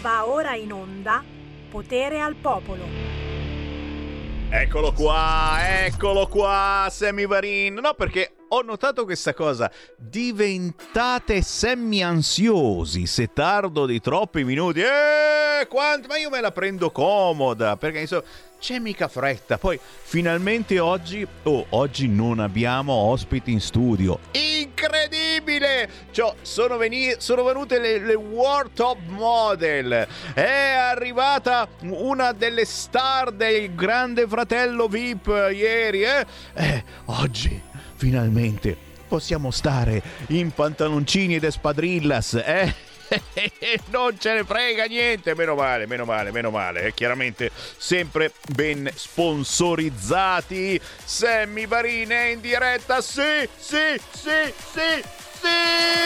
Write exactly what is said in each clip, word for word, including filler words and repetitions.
Va ora in onda Potere al Popolo. Eccolo qua, eccolo qua, Sammy Varin. No, perché ho notato questa cosa. Diventate semi-ansiosi se tardo di troppi minuti. Eh, quanto? Ma io me la prendo comoda, perché insomma c'è mica fretta. Poi finalmente oggi, oh, oggi non abbiamo ospiti in studio. Incredibile! Cioè, sono, veni- sono venute le, le World Top Model. È arrivata una delle star del Grande Fratello V I P ieri, eh? Eh, oggi finalmente possiamo stare in pantaloncini ed espadrillas, eh? Non ce ne frega niente, meno male, meno male, meno male. Eh, chiaramente sempre ben sponsorizzati. Sammy Varin è in diretta, sì, sì, sì, sì, sì.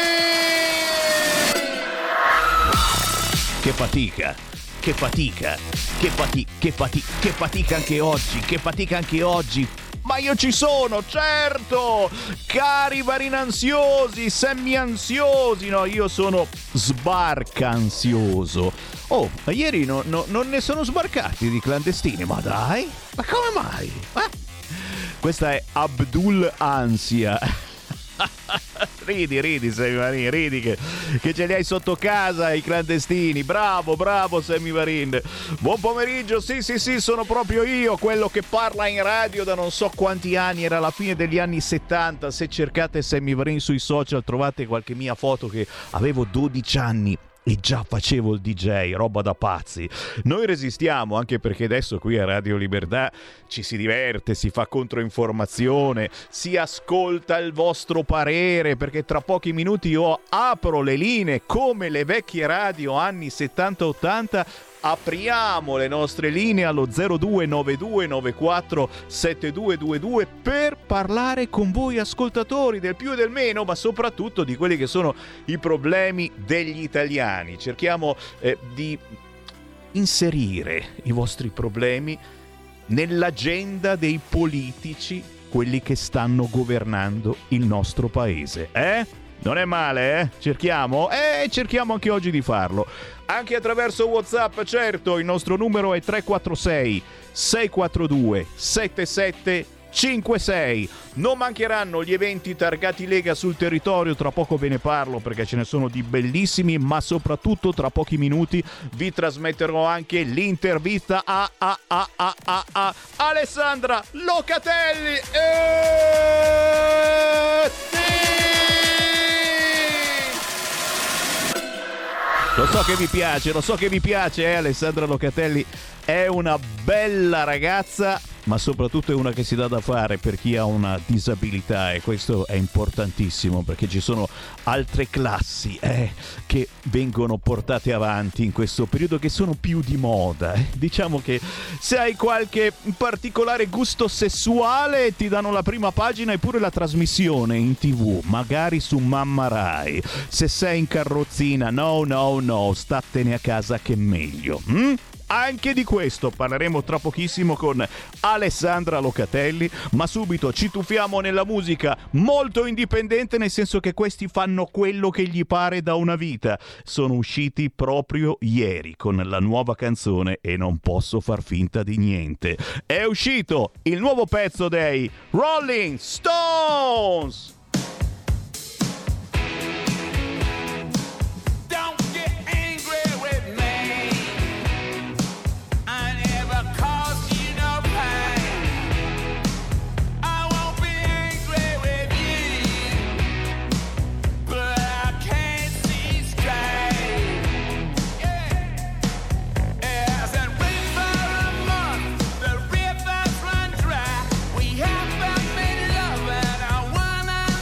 Che fatica, che fatica, che fatica, che fatica, che fatica anche oggi, che fatica anche oggi. Ma io ci sono, certo! Cari varinansiosi, semi-ansiosi, no, io sono sbarca-ansioso. Oh, ma ieri no, no, non ne sono sbarcati di clandestini, ma dai? Ma come mai? Eh? Questa è Abdul Ansia. Ridi, ridi Sammy Varin, ridi che, che ce li hai sotto casa i clandestini. Bravo, bravo Sammy Varin. Buon pomeriggio, sì sì sì, sono proprio io, quello che parla in radio da non so quanti anni, era la fine degli anni settanta. Se cercate Sammy Varin sui social trovate qualche mia foto che avevo dodici anni e già facevo il D J, roba da pazzi. Noi resistiamo, anche perché adesso qui a Radio Libertà ci si diverte, si fa controinformazione, si ascolta il vostro parere, perché tra pochi minuti io apro le linee come le vecchie radio anni settanta ottanta. Apriamo le nostre linee allo zero due nove due nove quattro sette due due due per parlare con voi ascoltatori del più e del meno, ma soprattutto di quelli che sono i problemi degli italiani. Cerchiamo eh, di inserire i vostri problemi nell'agenda dei politici, quelli che stanno governando il nostro paese. Eh? Non è male, eh? Cerchiamo? Eh, cerchiamo anche oggi di farlo. Anche attraverso WhatsApp, certo, il nostro numero è tre quattro sei sei quattro due sette sette cinque sei. Non mancheranno gli eventi targati Lega sul territorio, tra poco ve ne parlo perché ce ne sono di bellissimi, ma soprattutto tra pochi minuti vi trasmetterò anche l'intervista a, a, a, a, a, a Alessandra Locatelli. E... sì! Lo so che vi piace, lo so che vi piace, eh? Alessandra Locatelli è una bella ragazza, ma soprattutto è una che si dà da fare per chi ha una disabilità, e questo è importantissimo perché ci sono altre classi eh, che vengono portate avanti in questo periodo, che sono più di moda. Eh. Diciamo che se hai qualche particolare gusto sessuale ti danno la prima pagina e pure la trasmissione in tv, magari su Mamma Rai. Se sei in carrozzina, no, no, no, statene a casa che è meglio. Hm? Anche di questo parleremo tra pochissimo con Alessandra Locatelli, ma subito ci tuffiamo nella musica molto indipendente, nel senso che questi fanno quello che gli pare da una vita. Sono usciti proprio ieri con la nuova canzone e non posso far finta di niente. È uscito il nuovo pezzo dei Rolling Stones! Run dry. We have found many love and I wanna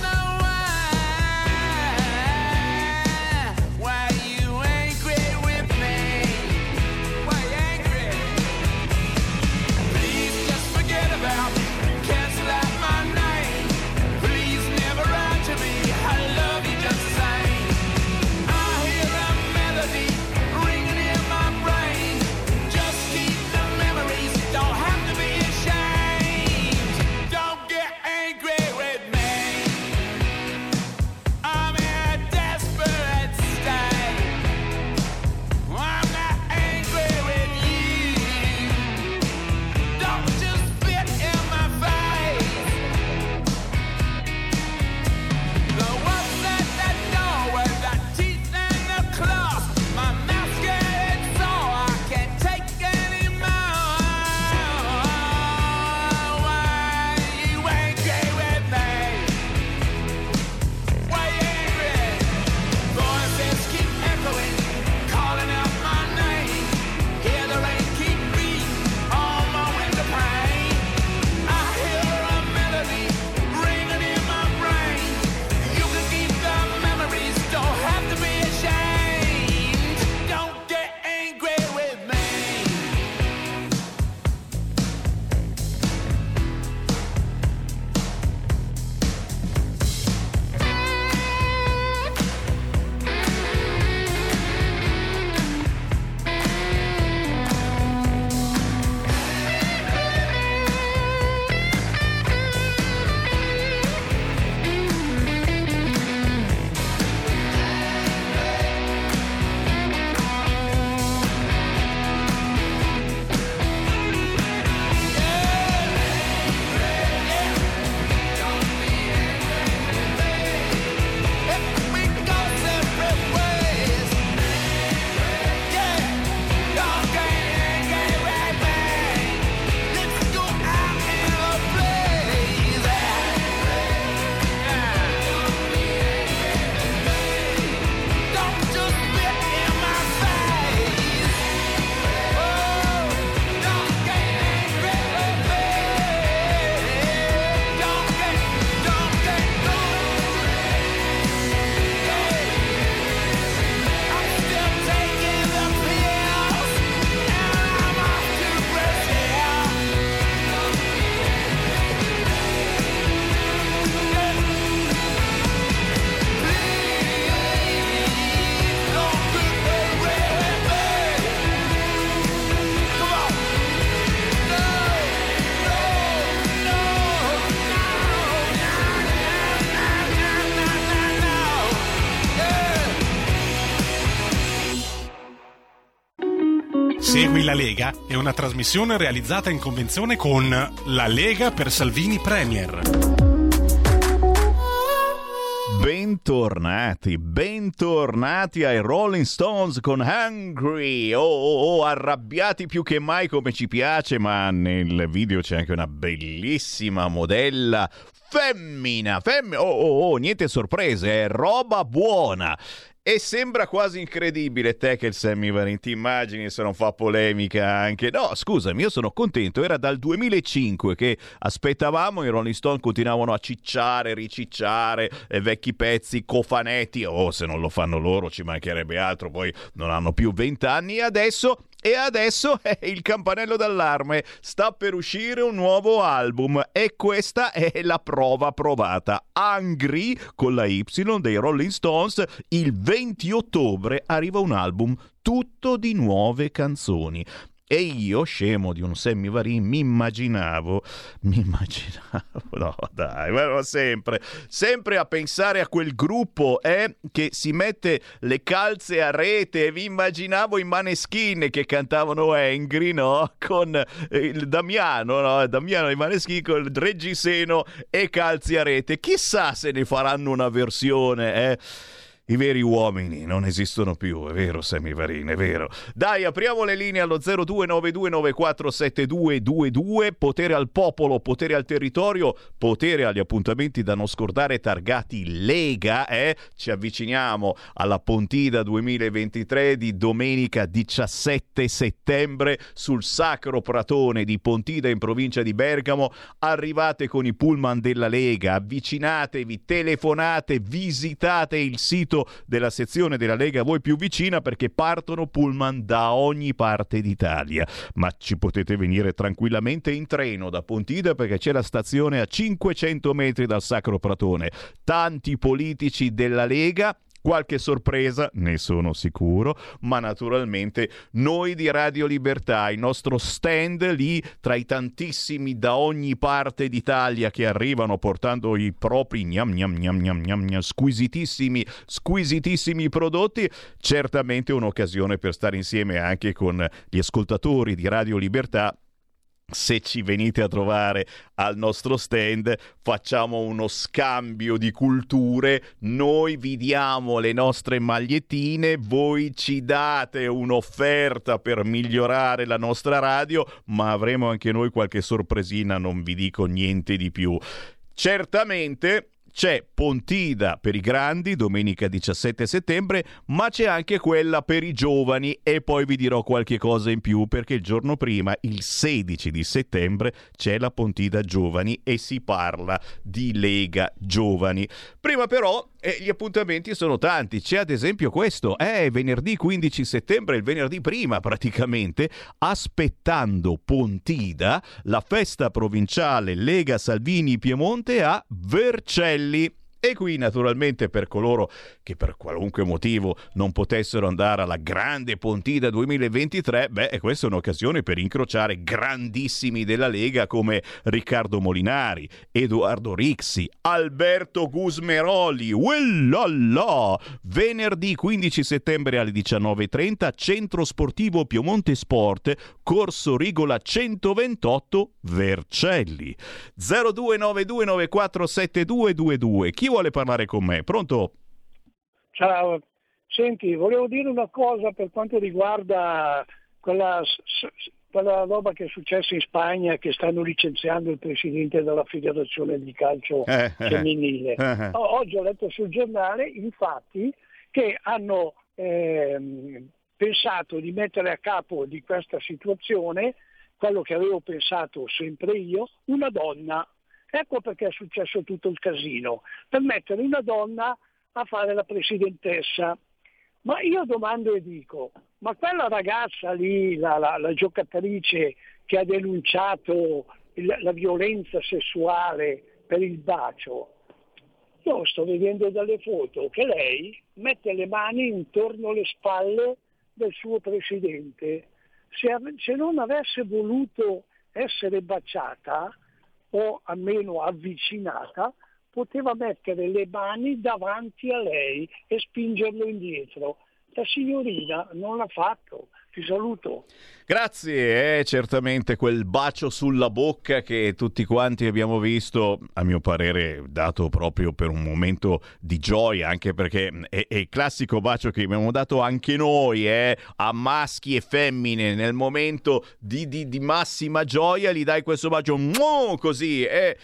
Segui la Lega è una trasmissione realizzata in convenzione con La Lega per Salvini Premier. Bentornati, bentornati ai Rolling Stones con Hungry. Oh, oh, oh, arrabbiati più che mai come ci piace, ma nel video c'è anche una bellissima modella femmina. Femmina, oh, oh, oh, niente sorprese, è roba buona. E sembra quasi incredibile, te che il Sammy Varin, ti immagini se non fa polemica anche? No, scusami, io sono contento, era dal duemilacinque che aspettavamo, i Rolling Stone continuavano a cicciare, ricicciare, eh, vecchi pezzi, cofanetti, oh, se non lo fanno loro ci mancherebbe altro, poi non hanno più vent'anni, e adesso... E adesso eh, il campanello d'allarme, sta per uscire un nuovo album e questa è la prova provata. Hungry con la Y dei Rolling Stones, il venti ottobre arriva un album tutto di nuove canzoni. E io, scemo di un Sammy Varin, mi immaginavo, mi immaginavo, no dai, ma sempre, sempre a pensare a quel gruppo eh, che si mette le calze a rete, e vi immaginavo i Maneskin che cantavano Angry, no? Con il Damiano, no? Damiano i Maneskin con il reggiseno e calze a rete, chissà se ne faranno una versione, eh? I veri uomini non esistono più, è vero Sammy Varin, è vero. Dai, apriamo le linee allo zero due nove due nove quattro sette due due due, potere al popolo, potere al territorio, potere agli appuntamenti da non scordare targati Lega, eh? Ci avviciniamo alla Pontida duemilaventitré di domenica diciassette settembre sul Sacro Pratone di Pontida in provincia di Bergamo. Arrivate con i pullman della Lega, avvicinatevi, telefonate, visitate il sito della sezione della Lega a voi più vicina, perché partono pullman da ogni parte d'Italia, ma ci potete venire tranquillamente in treno da Pontida, perché c'è la stazione a cinquecento metri dal Sacro Pratone. Tanti politici della Lega, qualche sorpresa, ne sono sicuro, ma naturalmente noi di Radio Libertà, il nostro stand lì tra i tantissimi da ogni parte d'Italia che arrivano portando i propri gnam gnam gnam gnam gnam gnam squisitissimi, squisitissimi prodotti, certamente un'occasione per stare insieme anche con gli ascoltatori di Radio Libertà. Se ci venite a trovare al nostro stand, facciamo uno scambio di culture, noi vi diamo le nostre magliettine, voi ci date un'offerta per migliorare la nostra radio, ma avremo anche noi qualche sorpresina, non vi dico niente di più. Certamente c'è Pontida per i grandi, domenica diciassette settembre, ma c'è anche quella per i giovani, e poi vi dirò qualche cosa in più, perché il giorno prima, il sedici di settembre, c'è la Pontida Giovani e si parla di Lega Giovani. Prima però eh, gli appuntamenti sono tanti, c'è ad esempio questo, è venerdì quindici settembre, il venerdì prima praticamente, aspettando Pontida, la festa provinciale Lega Salvini Piemonte a Vercelli. E qui naturalmente per coloro che per qualunque motivo non potessero andare alla grande Pontida duemilaventitré, beh, questa è un'occasione per incrociare grandissimi della Lega come Riccardo Molinari, Edoardo Rixi, Alberto Gusmeroli, uellala! Venerdì quindici settembre alle diciannove e trenta, Centro Sportivo Piemonte Sport, Corso Rigola centoventotto, Vercelli. zero due nove due nove quattro sette due due due. Chi vuole parlare con me? Pronto? Ciao, senti, volevo dire una cosa per quanto riguarda quella, quella roba che è successa in Spagna, che stanno licenziando il presidente della federazione di calcio eh, femminile. Eh, eh. Oggi ho letto sul giornale, infatti, che hanno eh, pensato di mettere a capo di questa situazione quello che avevo pensato sempre io, una donna. Ecco perché è successo tutto il casino, per mettere una donna a fare la presidentessa. Ma io domando e dico, ma quella ragazza lì, la, la, la giocatrice che ha denunciato il, la violenza sessuale per il bacio, io sto vedendo dalle foto che lei mette le mani intorno alle spalle del suo presidente. Se, se non avesse voluto essere baciata, o almeno avvicinata, poteva mettere le mani davanti a lei e spingerlo indietro. La signorina non l'ha fatto, Ti saluto. Grazie, è certamente quel bacio sulla bocca che tutti quanti abbiamo visto, a mio parere dato proprio per un momento di gioia, anche perché è, è il classico bacio che abbiamo dato anche noi, eh, a maschi e femmine, nel momento di, di, di massima gioia gli dai questo bacio, così, e...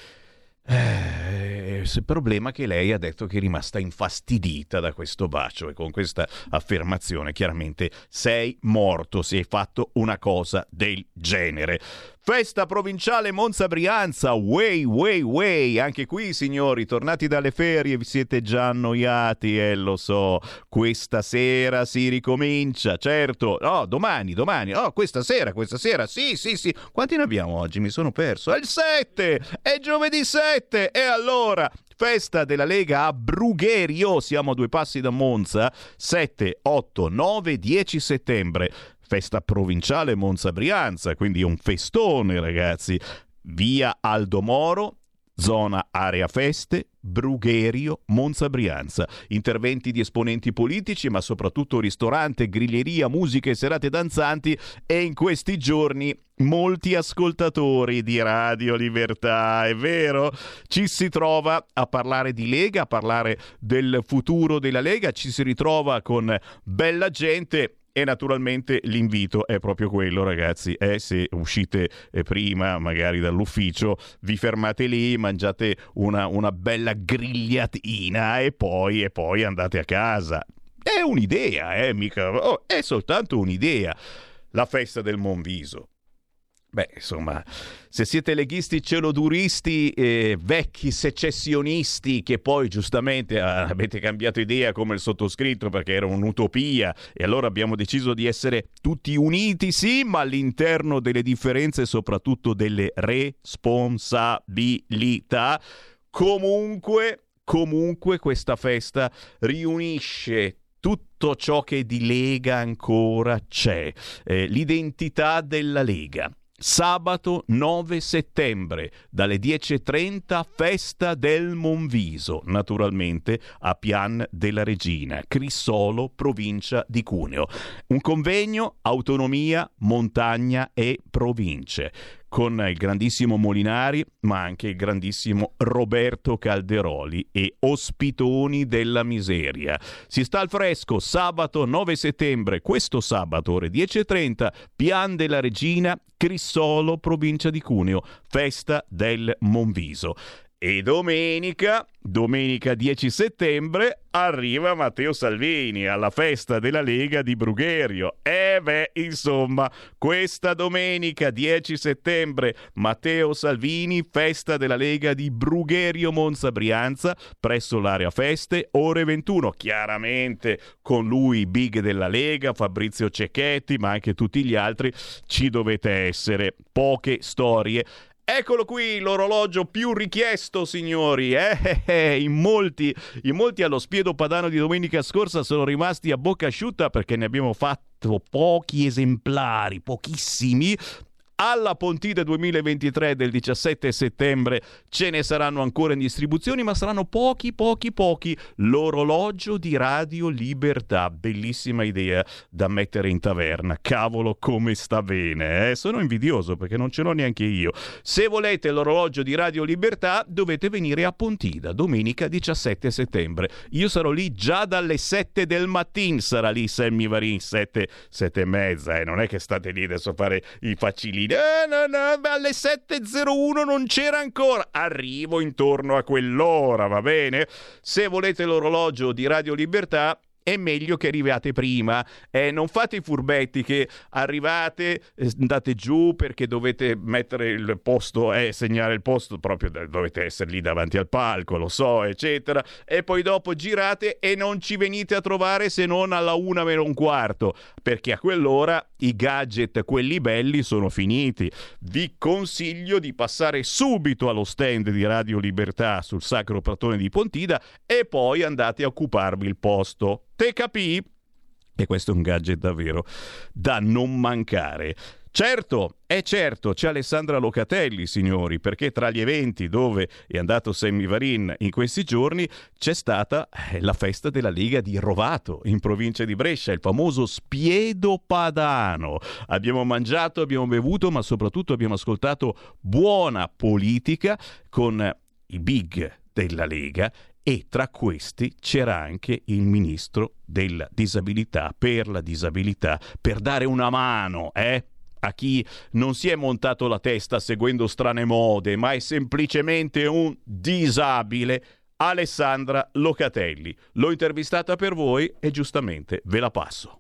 Eh, il problema è che lei ha detto che è rimasta infastidita da questo bacio e con questa affermazione chiaramente sei morto se hai fatto una cosa del genere. Festa provinciale Monza Brianza, way way way, anche qui signori, tornati dalle ferie vi siete già annoiati, eh lo so, questa sera si ricomincia, certo, no, domani, domani, oh, questa sera, questa sera, sì, sì, sì, quanti ne abbiamo oggi? Mi sono perso, è il sette, è giovedì sette, e allora... Festa della Lega a Brugherio, siamo a due passi da Monza, sette, otto, nove, dieci settembre. Festa provinciale Monza Brianza, quindi un festone ragazzi. Via Aldo Moro, zona area feste, Brugherio, Monza Brianza. Interventi di esponenti politici, ma soprattutto ristorante, griglieria, musica e serate danzanti, e in questi giorni molti ascoltatori di Radio Libertà, è vero? Ci si trova a parlare di Lega, a parlare del futuro della Lega, ci si ritrova con bella gente. E naturalmente l'invito è proprio quello, ragazzi, eh, se uscite prima magari dall'ufficio, vi fermate lì, mangiate una, una bella grigliatina e poi, e poi andate a casa. È un'idea, eh, mica, oh, è soltanto un'idea. La festa del Monviso. Beh, insomma, se siete leghisti celoduristi, eh, vecchi secessionisti, che poi giustamente eh, avete cambiato idea come il sottoscritto perché era un'utopia e allora abbiamo deciso di essere tutti uniti, sì, ma all'interno delle differenze e soprattutto delle responsabilità, comunque, comunque questa festa riunisce tutto ciò che di Lega ancora c'è, eh, l'identità della Lega. Sabato nove settembre, dalle dieci e trenta, festa del Monviso, naturalmente a Pian della Regina, Crissolo, provincia di Cuneo. Un convegno autonomia, montagna e province, con il grandissimo Molinari, ma anche il grandissimo Roberto Calderoli e ospitoni della miseria. Si sta al fresco, sabato nove settembre, questo sabato, ore dieci e trenta, Pian della Regina, Crissolo, provincia di Cuneo, festa del Monviso. E domenica, domenica dieci settembre, arriva Matteo Salvini alla festa della Lega di Brugherio. E beh, insomma, questa domenica dieci settembre, Matteo Salvini, festa della Lega di Brugherio Monza Brianza, presso l'area feste, ore ventuno. Chiaramente con lui big della Lega, Fabrizio Cecchetti, ma anche tutti gli altri. Ci dovete essere, poche storie. Eccolo qui l'orologio più richiesto, signori, eh? eh, in molti, in molti allo Spiedo Padano di domenica scorsa sono rimasti a bocca asciutta perché ne abbiamo fatto pochi esemplari, pochissimi. Alla Pontida duemilaventitré del diciassette settembre ce ne saranno ancora in distribuzione, ma saranno pochi, pochi, pochi. L'orologio di Radio Libertà, bellissima idea da mettere in taverna. Cavolo, come sta bene, eh? Sono invidioso perché non ce l'ho neanche io. Se volete l'orologio di Radio Libertà dovete venire a Pontida, domenica diciassette settembre. Io sarò lì già dalle sette del mattino, sarà lì Sammy Varin, sette, sette e mezza, eh? Non è che state lì adesso a fare i facilini. Eh, no, no, alle sette e zero uno non c'era ancora. Arrivo intorno a quell'ora, va bene? Se volete l'orologio di Radio Libertà è meglio che arriviate prima, eh, non fate i furbetti che arrivate, eh, andate giù perché dovete mettere il posto, eh, segnare il posto, proprio dovete essere lì davanti al palco, lo so, eccetera, e poi dopo girate e non ci venite a trovare se non alla una meno un quarto, perché a quell'ora i gadget, quelli belli, sono finiti. Vi consiglio di passare subito allo stand di Radio Libertà sul Sacro Pratone di Pontida e poi andate a occuparvi il posto. Te capì? E questo è un gadget davvero da non mancare. Certo, è certo, c'è Alessandra Locatelli, signori, perché tra gli eventi dove è andato Sammy Varin in questi giorni c'è stata la festa della Lega di Rovato, in provincia di Brescia, il famoso Spiedo Padano. Abbiamo mangiato, abbiamo bevuto, ma soprattutto abbiamo ascoltato buona politica con i big della Lega, e tra questi c'era anche il ministro della disabilità, per la disabilità, per dare una mano, eh? a chi non si è montato la testa seguendo strane mode, ma è semplicemente un disabile, Alessandra Locatelli. L'ho intervistata per voi e giustamente ve la passo.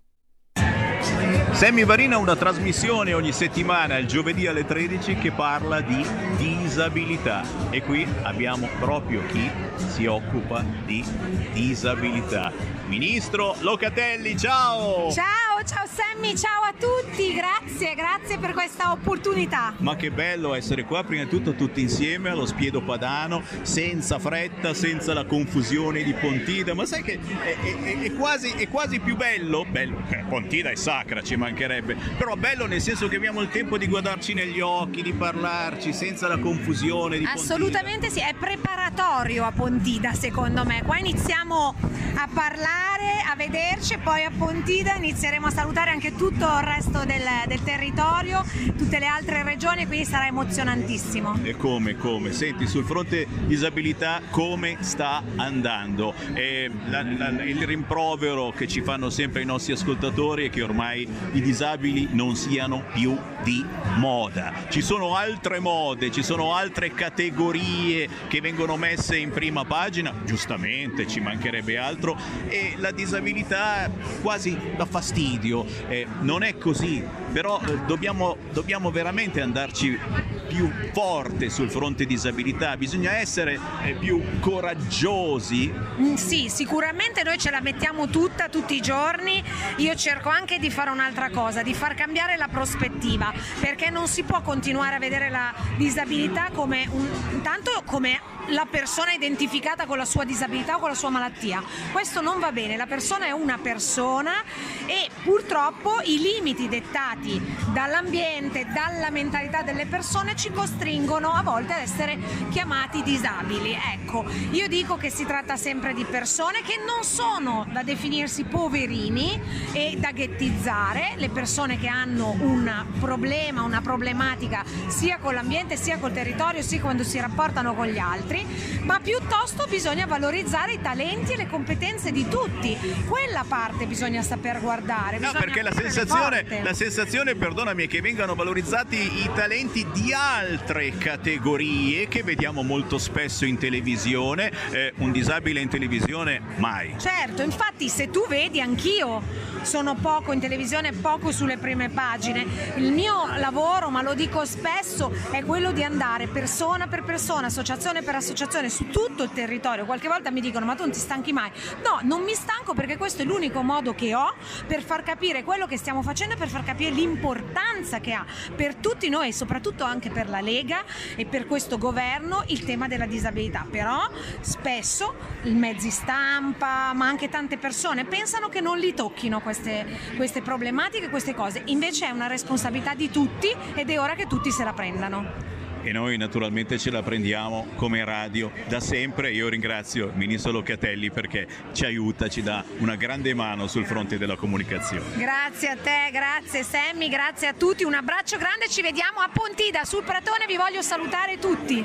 Sammy Varin ha una trasmissione ogni settimana, il giovedì alle tredici, che parla di disabilità. E qui abbiamo proprio chi si occupa di disabilità. Ministro Locatelli, ciao! Ciao, ciao Sammy, ciao a tutti, grazie, grazie per questa opportunità. Ma che bello essere qua, prima di tutto tutti insieme allo Spiedo Padano, senza fretta, senza la confusione di Pontida, ma sai che è, è, è, quasi, è quasi più bello, bello, eh, Pontida è sacra, ci mancherebbe, però bello nel senso che abbiamo il tempo di guardarci negli occhi, di parlarci senza la confusione di Pontida. Assolutamente sì, è preparatorio a Pontida secondo me, qua iniziamo a parlare, a vederci e poi a Pontida inizieremo a salutare anche tutto il resto del, del territorio, tutte le altre regioni, quindi sarà emozionantissimo. E come, come? Senti, sul fronte disabilità come sta andando? E la, la, il rimprovero che ci fanno sempre i nostri ascoltatori è che ormai i disabili non siano più di moda. Ci sono altre mode, ci sono altre categorie che vengono messe in prima pagina, giustamente, ci mancherebbe altro, e la disabilità quasi dà fastidio. Eh, non è così, però eh, dobbiamo, dobbiamo veramente andarci più forte sul fronte disabilità, bisogna essere eh, più coraggiosi. Mm, sì, sicuramente noi ce la mettiamo tutta, tutti i giorni. Io cerco anche di fare un'altra cosa, di far cambiare la prospettiva, perché non si può continuare a vedere la disabilità come un, intanto come la persona identificata con la sua disabilità o con la sua malattia. Questo non va bene, la persona è una persona e purtroppo i limiti dettati dall'ambiente, dalla mentalità delle persone ci costringono a volte ad essere chiamati disabili. Ecco, io dico che si tratta sempre di persone che non sono da definirsi poverini e da ghettizzare, le persone che hanno un problema, una problematica sia con l'ambiente sia col territorio, sia quando si rapportano con gli altri, ma piuttosto bisogna valorizzare i talenti e le competenze di tutti. Quella parte bisogna saper guardare. No, perché la sensazione, la sensazione, perdonami, è che vengano valorizzati i talenti di altre categorie che vediamo molto spesso in televisione. Eh, un disabile in televisione mai. Certo, infatti se tu vedi, anch'io sono poco in televisione, poco sulle prime pagine. Il mio lavoro, ma lo dico spesso, è quello di andare persona per persona, associazione per associazione, su tutto il territorio. Qualche volta mi dicono: ma tu non ti stanchi mai? No, non mi stanco, perché questo è l'unico modo che ho per far capire quello che stiamo facendo e per far capire l'importanza che ha per tutti noi e soprattutto anche per la Lega e per questo governo il tema della disabilità. Però spesso i mezzi stampa, ma anche tante persone pensano che non li tocchino queste, queste problematiche, queste cose. Invece è una responsabilità di tutti ed è ora che tutti se la prendano. E noi naturalmente ce la prendiamo come radio da sempre. Io ringrazio il ministro Locatelli perché ci aiuta, ci dà una grande mano sul fronte della comunicazione. Grazie a te, grazie Sammy, grazie a tutti, un abbraccio grande, ci vediamo a Pontida, sul Pratone, vi voglio salutare tutti.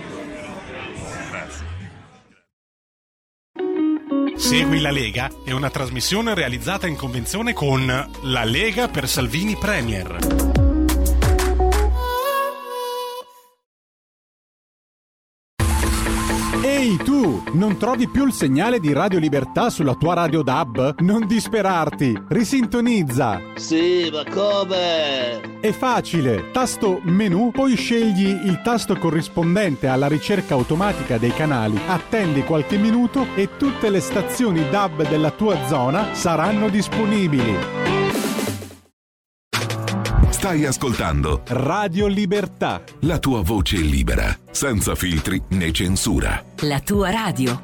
Grazie. Segui la Lega è una trasmissione realizzata in convenzione con La Lega per Salvini Premier. Ehi tu, non trovi più il segnale di Radio Libertà sulla tua radio D A B? Non disperarti, risintonizza! Sì, ma come? È facile, tasto menu, poi scegli il tasto corrispondente alla ricerca automatica dei canali, attendi qualche minuto e tutte le stazioni D A B della tua zona saranno disponibili. Stai ascoltando Radio Libertà, la tua voce libera, senza filtri né censura. La tua radio.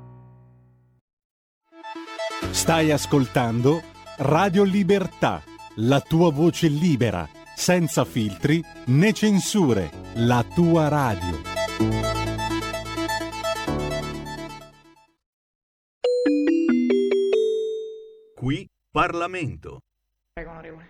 Stai ascoltando Radio Libertà, la tua voce libera, senza filtri né censure, la tua radio. Qui Parlamento. Prego, onorevole.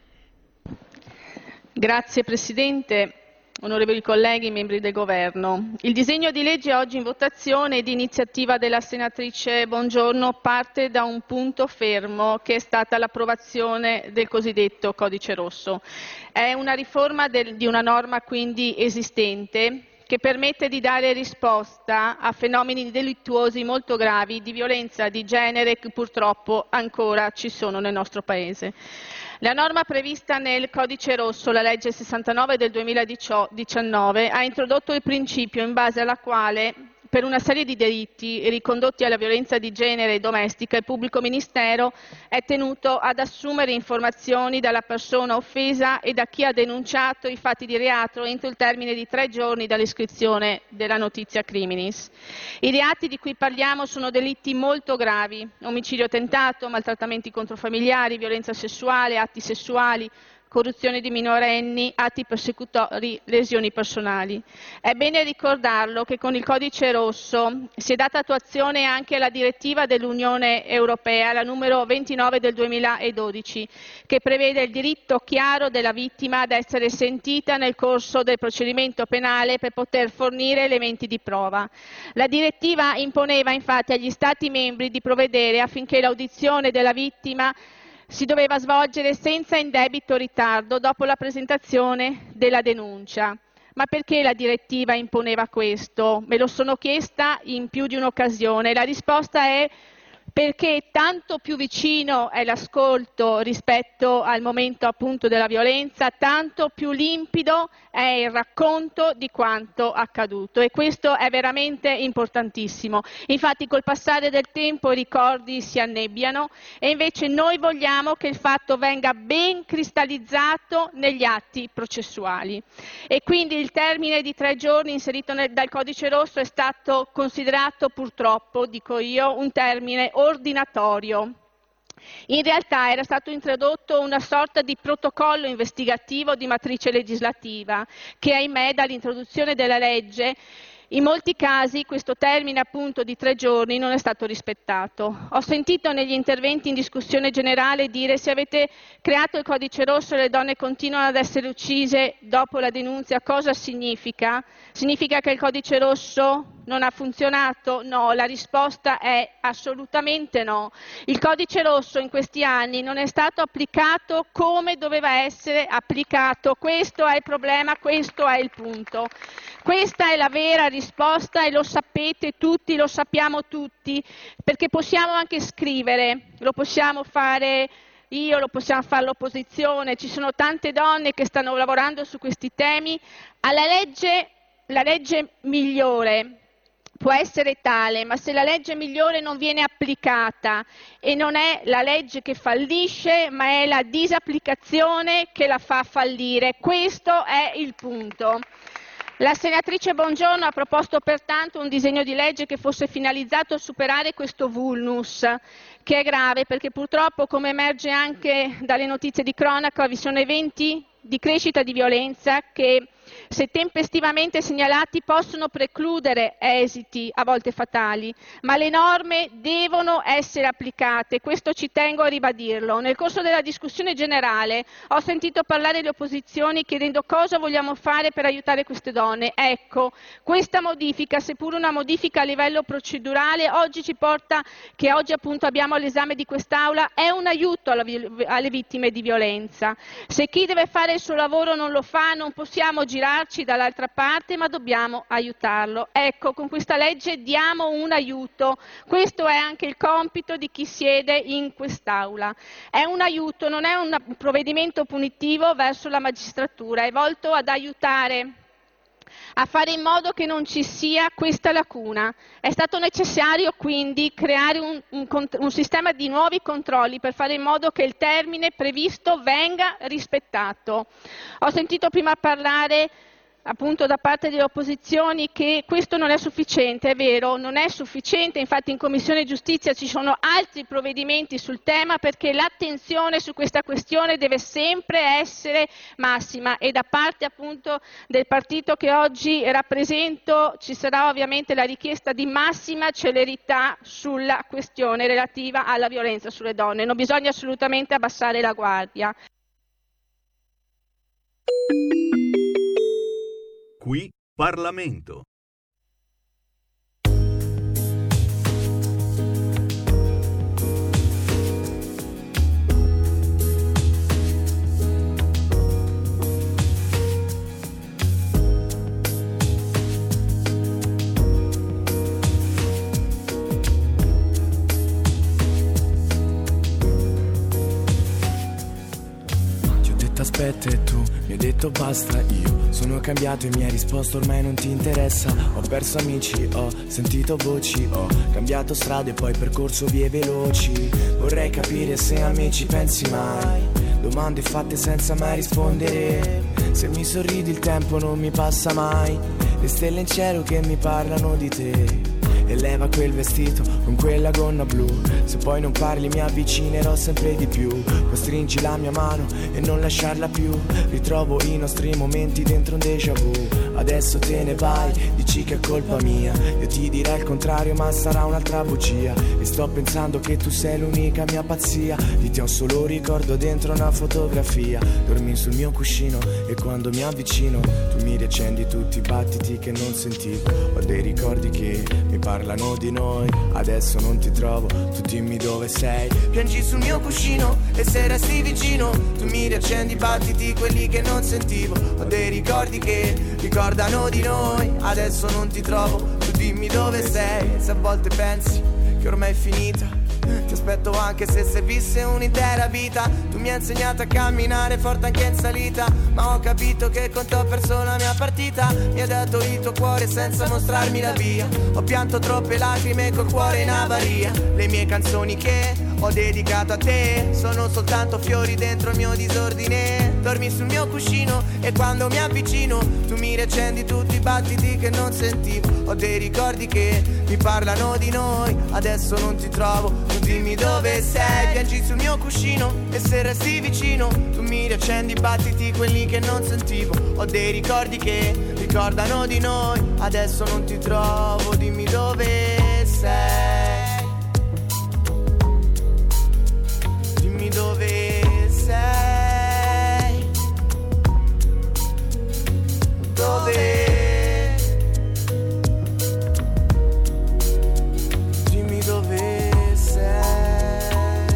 Grazie Presidente, onorevoli colleghi, membri del Governo. Il disegno di legge oggi in votazione di iniziativa della senatrice Bongiorno parte da un punto fermo che è stata l'approvazione del cosiddetto Codice Rosso. È una riforma del, di una norma quindi esistente che permette di dare risposta a fenomeni delittuosi molto gravi di violenza di genere che purtroppo ancora ci sono nel nostro Paese. La norma prevista nel Codice Rosso, la legge sessantanove del duemiladiciannove, ha introdotto il principio in base alla quale per una serie di delitti ricondotti alla violenza di genere e domestica il pubblico ministero è tenuto ad assumere informazioni dalla persona offesa e da chi ha denunciato i fatti di reato entro il termine di tre giorni dall'iscrizione della notizia criminis. I reati di cui parliamo sono delitti molto gravi: omicidio tentato, maltrattamenti contro familiari, violenza sessuale, atti sessuali, corruzione di minorenni, atti persecutori, lesioni personali. È bene ricordarlo che con il Codice Rosso si è data attuazione anche alla direttiva dell'Unione Europea, la numero ventinove del duemiladodici, che prevede il diritto chiaro della vittima ad essere sentita nel corso del procedimento penale per poter fornire elementi di prova. La direttiva imponeva infatti agli Stati membri di provvedere affinché l'audizione della vittima si doveva svolgere senza indebito ritardo dopo la presentazione della denuncia. Ma perché la direttiva imponeva questo? Me lo sono chiesta in più di un'occasione. La risposta è perché tanto più vicino è l'ascolto rispetto al momento appunto della violenza, tanto più limpido è il racconto di quanto accaduto, e questo è veramente importantissimo. Infatti col passare del tempo i ricordi si annebbiano e invece noi vogliamo che il fatto venga ben cristallizzato negli atti processuali, e quindi il termine di tre giorni inserito nel, dal Codice Rosso è stato considerato purtroppo, dico io, un termine ordinatorio. In realtà era stato introdotto una sorta di protocollo investigativo di matrice legislativa che, ahimè, dall'introduzione della legge in molti casi questo termine appunto di tre giorni non è stato rispettato. Ho sentito negli interventi in discussione generale dire: se avete creato il Codice Rosso e le donne continuano ad essere uccise dopo la denunzia, cosa significa? Significa che il Codice Rosso non ha funzionato? No, la risposta è assolutamente no. Il Codice Rosso in questi anni non è stato applicato come doveva essere applicato. Questo è il problema, questo è il punto. Questa è la vera risposta e lo sapete tutti, lo sappiamo tutti, perché possiamo anche scrivere, lo possiamo fare io, lo possiamo fare l'opposizione, ci sono tante donne che stanno lavorando su questi temi. Alla legge, la legge migliore può essere tale, ma se la legge migliore non viene applicata, e non è la legge che fallisce, ma è la disapplicazione che la fa fallire. Questo è il punto. La senatrice Bongiorno ha proposto pertanto un disegno di legge che fosse finalizzato a superare questo vulnus, che è grave perché purtroppo, come emerge anche dalle notizie di cronaca, vi sono eventi di crescita di violenza che, se tempestivamente segnalati, possono precludere esiti a volte fatali, ma le norme devono essere applicate, questo ci tengo a ribadirlo. Nel corso della discussione generale ho sentito parlare le opposizioni chiedendo cosa vogliamo fare per aiutare queste donne. Ecco, questa modifica, seppur una modifica a livello procedurale, oggi ci porta, che oggi appunto abbiamo all'esame di quest'Aula, è un aiuto alla, alle vittime di violenza. Se chi deve fare il suo lavoro non lo fa, non possiamo girarci dall'altra parte, ma dobbiamo aiutarlo. Ecco, con questa legge diamo un aiuto. Questo è anche il compito di chi siede in quest'Aula. È un aiuto, non è un provvedimento punitivo verso la magistratura, è volto ad aiutare a fare in modo che non ci sia questa lacuna. È stato necessario quindi creare un, un, un sistema di nuovi controlli per fare in modo che il termine previsto venga rispettato. Ho sentito prima parlare appunto da parte delle opposizioni che questo non è sufficiente. È vero, non è sufficiente, infatti in Commissione Giustizia ci sono altri provvedimenti sul tema, perché l'attenzione su questa questione deve sempre essere massima, e da parte appunto del partito che oggi rappresento ci sarà ovviamente la richiesta di massima celerità sulla questione relativa alla violenza sulle donne. Non bisogna assolutamente abbassare la guardia. Qui Parlamento. Aspetta, e tu mi hai detto basta, io sono cambiato e mi hai risposto ormai non ti interessa. Ho perso amici, ho sentito voci, ho cambiato strade e poi percorso vie veloci. Vorrei capire se a me ci pensi mai, domande fatte senza mai rispondere. Se mi sorridi il tempo non mi passa mai, le stelle in cielo che mi parlano di te. E leva quel vestito con quella gonna blu, se poi non parli mi avvicinerò sempre di più. Poi stringi la mia mano e non lasciarla più, ritrovo i nostri momenti dentro un déjà vu. Adesso te ne vai, dici che è colpa mia, io ti direi il contrario ma sarà un'altra bugia. E sto pensando che tu sei l'unica mia pazzia, di te ho solo ricordo dentro una fotografia. Dormi sul mio cuscino e quando mi avvicino tu mi riaccendi tutti i battiti che non sentivo. Ho dei ricordi che mi parlano di noi, adesso non ti trovo, tu dimmi dove sei. Piangi sul mio cuscino e se resti vicino tu mi riaccendi i battiti, quelli che non sentivo. Ho dei ricordi che ricordano di noi, adesso non ti trovo, tu dimmi dove sei. Se a volte pensi che ormai è finita, ti aspetto anche se servisse un'intera vita. Tu mi hai insegnato a camminare forte anche in salita, ma ho capito che con te ho perso la mia partita. Mi hai dato il tuo cuore senza mostrarmi la via, ho pianto troppe lacrime col cuore in avaria. Le mie canzoni che ho dedicato a te sono soltanto fiori dentro il mio disordine. Dormi sul mio cuscino e quando mi avvicino tu mi riaccendi tutti i battiti che non sentivo. Ho dei ricordi che mi parlano di noi, adesso non ti trovo, tu dimmi dove sei. Piangi sul mio cuscino e se resti vicino tu mi riaccendi i battiti, quelli che non sentivo. Ho dei ricordi che ricordano di noi, adesso non ti trovo, dimmi dove sei. Dimmi dove sei. Dove? Dimmi dove sei.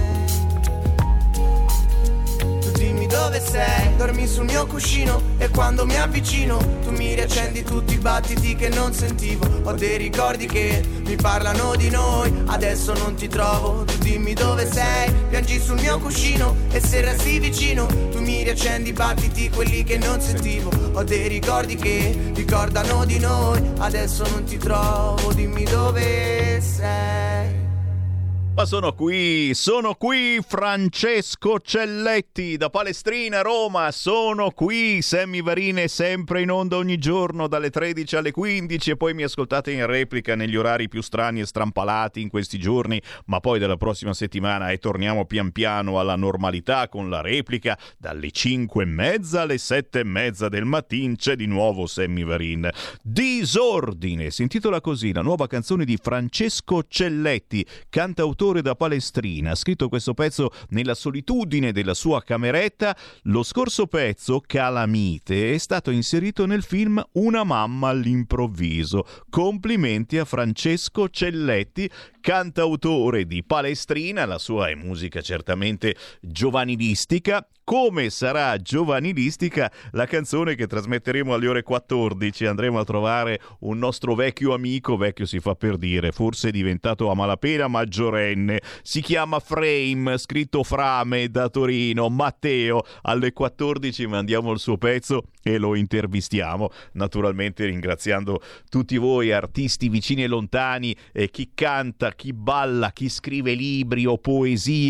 Tu dimmi dove sei. Dormi sul mio cuscino e quando mi avvicino tu mi riaccendi tutti i battiti che non sentivo. Ho dei ricordi che mi parlano di noi, adesso non ti trovo, tu dimmi dove sei. Piangi sul mio cuscino e se resti vicino tu mi riaccendi i battiti, quelli che non sentivo. Ho dei ricordi che ricordano di noi, adesso non ti trovo, dimmi dove sei. Ma sono qui, sono qui Francesco Celletti da Palestrina, Roma, sono qui, Sammy Varin è sempre in onda ogni giorno dalle tredici alle quindici e poi mi ascoltate in replica negli orari più strani e strampalati in questi giorni, ma poi dalla prossima settimana e torniamo pian piano alla normalità con la replica dalle cinque e mezza alle sette e mezza del mattino c'è di nuovo Sammy Varin. Disordine, si intitola così la nuova canzone di Francesco Celletti, cantautore da Palestrina. Ha scritto questo pezzo nella solitudine della sua cameretta. Lo scorso pezzo, Calamite, è stato inserito nel film Una mamma all'improvviso. Complimenti a Francesco Celletti, cantautore di Palestrina. La sua è musica certamente giovanilistica, come sarà giovanilistica la canzone che trasmetteremo alle ore quattordici. Andremo a trovare un nostro vecchio amico, vecchio si fa per dire, forse è diventato a malapena maggiorenne, si chiama Frame, scritto Frame, da Torino. Matteo, alle quattordici mandiamo il suo pezzo e lo intervistiamo, naturalmente ringraziando tutti voi artisti vicini e lontani, e chi canta, chi balla, chi scrive libri o poesie.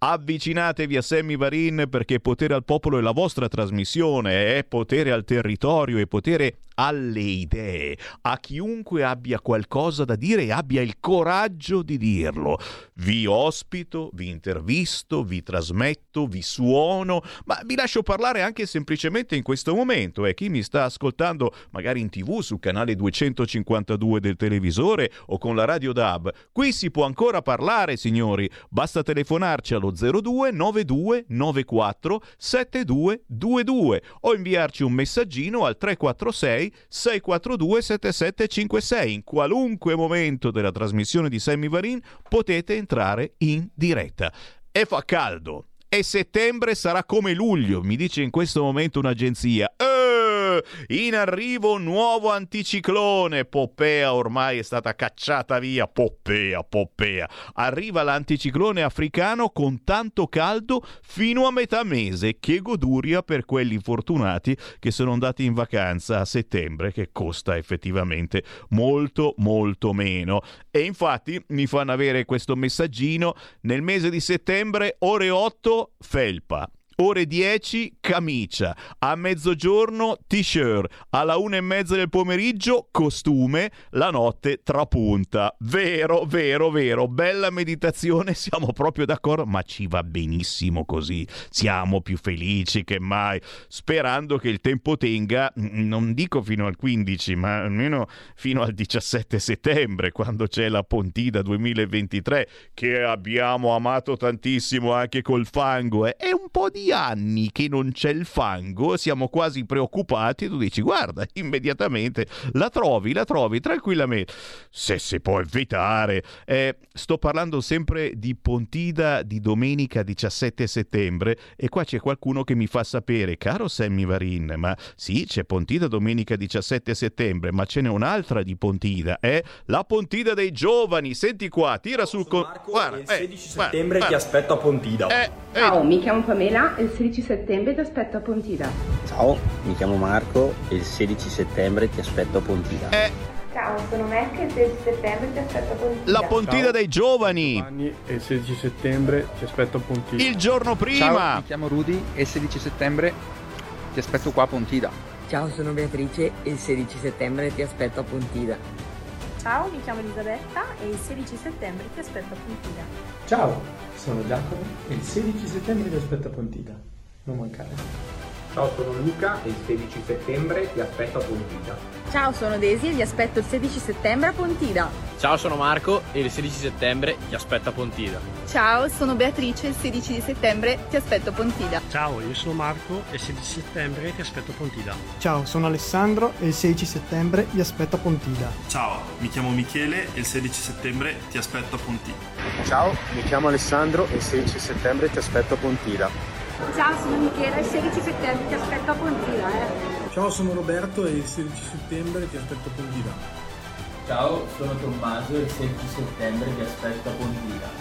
Avvicinatevi a Sammy Varin, perché Potere al Popolo è la vostra trasmissione, è potere al territorio e potere alle idee, a chiunque abbia qualcosa da dire e abbia il coraggio di dirlo. Vi ospito, vi intervisto, vi trasmetto, vi suono, ma vi lascio parlare anche semplicemente in questo momento. E chi mi sta ascoltando magari in tv sul canale duecentocinquantadue del televisore o con la radio D A B, qui si può ancora parlare, signori. Basta telefonarci allo zero due nove due nove quattro sette due due due o inviarci un messaggino al tre quattro sei sei quattro due sette sette cinque sei. In qualunque momento della trasmissione di Sammy Varin potete entrare in diretta. E fa caldo, e settembre sarà come luglio, mi dice in questo momento un'agenzia. Eh, in arrivo un nuovo anticiclone. Poppea ormai è stata cacciata via. Poppea, Poppea. Arriva l'anticiclone africano con tanto caldo fino a metà mese. Che goduria per quelli fortunati che sono andati in vacanza a settembre, che costa effettivamente molto molto meno. E infatti mi fanno avere questo messaggino: nel mese di settembre ore otto felpa, ore dieci camicia, a mezzogiorno t-shirt, alla una e mezza del pomeriggio costume, la notte trapunta. Vero, vero, vero, bella meditazione, siamo proprio d'accordo, ma ci va benissimo così, siamo più felici che mai, sperando che il tempo tenga, non dico fino al quindici, ma almeno fino al diciassette settembre, quando c'è la Pontida duemilaventitré, che abbiamo amato tantissimo anche col fango. Eh. È un po' di anni che non c'è il fango, siamo quasi preoccupati, e tu dici guarda, immediatamente la trovi, la trovi tranquillamente, se si può evitare. Eh, sto parlando sempre di Pontida di domenica diciassette settembre, e qua c'è qualcuno che mi fa sapere: caro Sammy Varin, ma sì, c'è Pontida domenica diciassette settembre, ma ce n'è un'altra di Pontida, eh? La Pontida dei giovani. Senti qua, tira sul con... guarda, il sedici eh, settembre guarda, ti aspetto a Pontida. Eh, eh. Ciao, mi chiamo Pamela e il sedici settembre ti aspetto a Pontida. Ciao, mi chiamo Marco e il sedici settembre ti aspetto a Pontida. Eh. Ciao, sono Mac e il sedici settembre ti aspetto a Pontida. La Pontida Ciao, dei giovani. Giovanni e il sedici settembre ti aspetto a Pontida. Il giorno prima. Ciao, mi chiamo Rudy e il sedici settembre ti aspetto qua a Pontida. Ciao, sono Beatrice e il sedici settembre ti aspetto a Pontida. Ciao, mi chiamo Elisabetta e il sedici settembre ti aspetto a Pontida. Ciao, sono Giacomo e il sedici settembre ti aspetto a Pontida. Non mancare. Ciao, sono Luca e il sedici settembre ti aspetto a Pontida. Ciao, sono Desi e vi aspetto il sedici settembre a Pontida. Ciao, sono Marco e il sedici settembre ti aspetto a Pontida. Ciao, sono Beatrice e il sedici settembre ti aspetto a Pontida. Ciao, io sono Marco e il sedici settembre ti aspetto a Pontida. Ciao, sono Alessandro e il sedici settembre vi aspetto a Pontida. Ciao, mi chiamo Michele e il sedici settembre ti aspetto a Pontida. Ciao, mi chiamo Alessandro e il sedici settembre ti aspetto a Pontida. Ciao, sono Michela e il sedici settembre ti aspetto a Pontida. Eh. Ciao, sono Roberto e il sedici settembre ti aspetto a Pontida. Ciao, sono Tommaso e il sedici settembre ti aspetto a Pontida.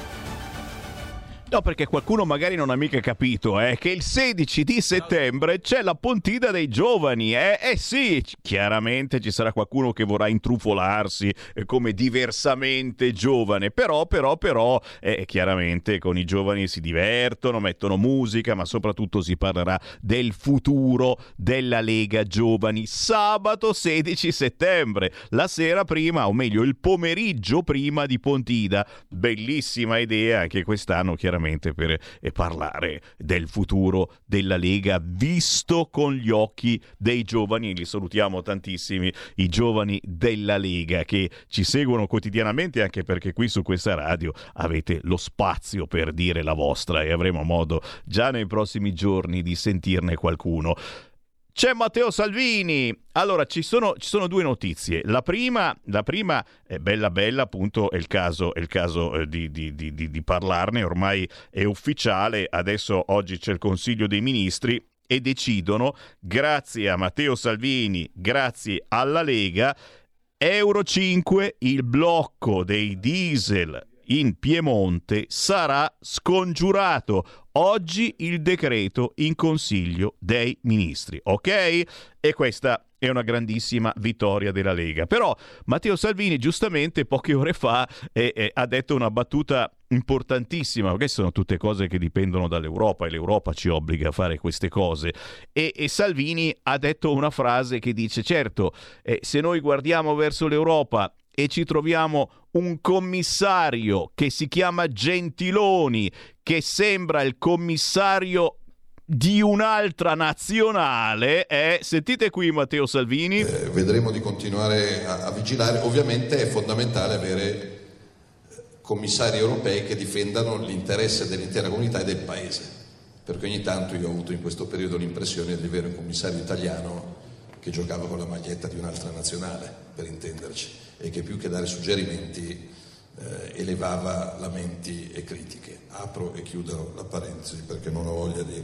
No, perché qualcuno magari non ha mica capito, eh, che il sedici di settembre c'è la Pontida dei giovani, eh? Eh sì, chiaramente ci sarà qualcuno che vorrà intrufolarsi eh, come diversamente giovane, però, però, però, eh, chiaramente con i giovani si divertono, mettono musica, ma soprattutto si parlerà del futuro della Lega Giovani. Sabato sedici settembre, la sera prima, o meglio il pomeriggio prima di Pontida. Bellissima idea anche quest'anno, chiaramente, per eh, parlare del futuro della Lega visto con gli occhi dei giovani. Li salutiamo tantissimi, i giovani della Lega che ci seguono quotidianamente, anche perché qui su questa radio avete lo spazio per dire la vostra e avremo modo già nei prossimi giorni di sentirne qualcuno. C'è Matteo Salvini. Allora, ci sono, ci sono due notizie. La prima, la prima è bella bella, appunto, è il caso, è il caso eh, di, di, di, di parlarne, ormai è ufficiale. Adesso oggi c'è il Consiglio dei Ministri e decidono, grazie a Matteo Salvini, grazie alla Lega, Euro cinque, il blocco dei diesel in Piemonte sarà scongiurato. Oggi il decreto in Consiglio dei Ministri, ok? E questa è una grandissima vittoria della Lega. Però Matteo Salvini giustamente poche ore fa eh, eh, ha detto una battuta importantissima, perché sono tutte cose che dipendono dall'Europa e l'Europa ci obbliga a fare queste cose, e, e Salvini ha detto una frase che dice: certo, eh, se noi guardiamo verso l'Europa e ci troviamo un commissario che si chiama Gentiloni, che sembra il commissario di un'altra nazionale, eh, sentite qui Matteo Salvini. Eh, vedremo di continuare a, a vigilare. Ovviamente è fondamentale avere commissari europei che difendano l'interesse dell'intera comunità e del paese, perché ogni tanto io ho avuto in questo periodo l'impressione di avere un commissario italiano che giocava con la maglietta di un'altra nazionale, per intenderci, e che più che dare suggerimenti eh, elevava lamenti e critiche. Apro e chiudo la parentesi perché non ho voglia di,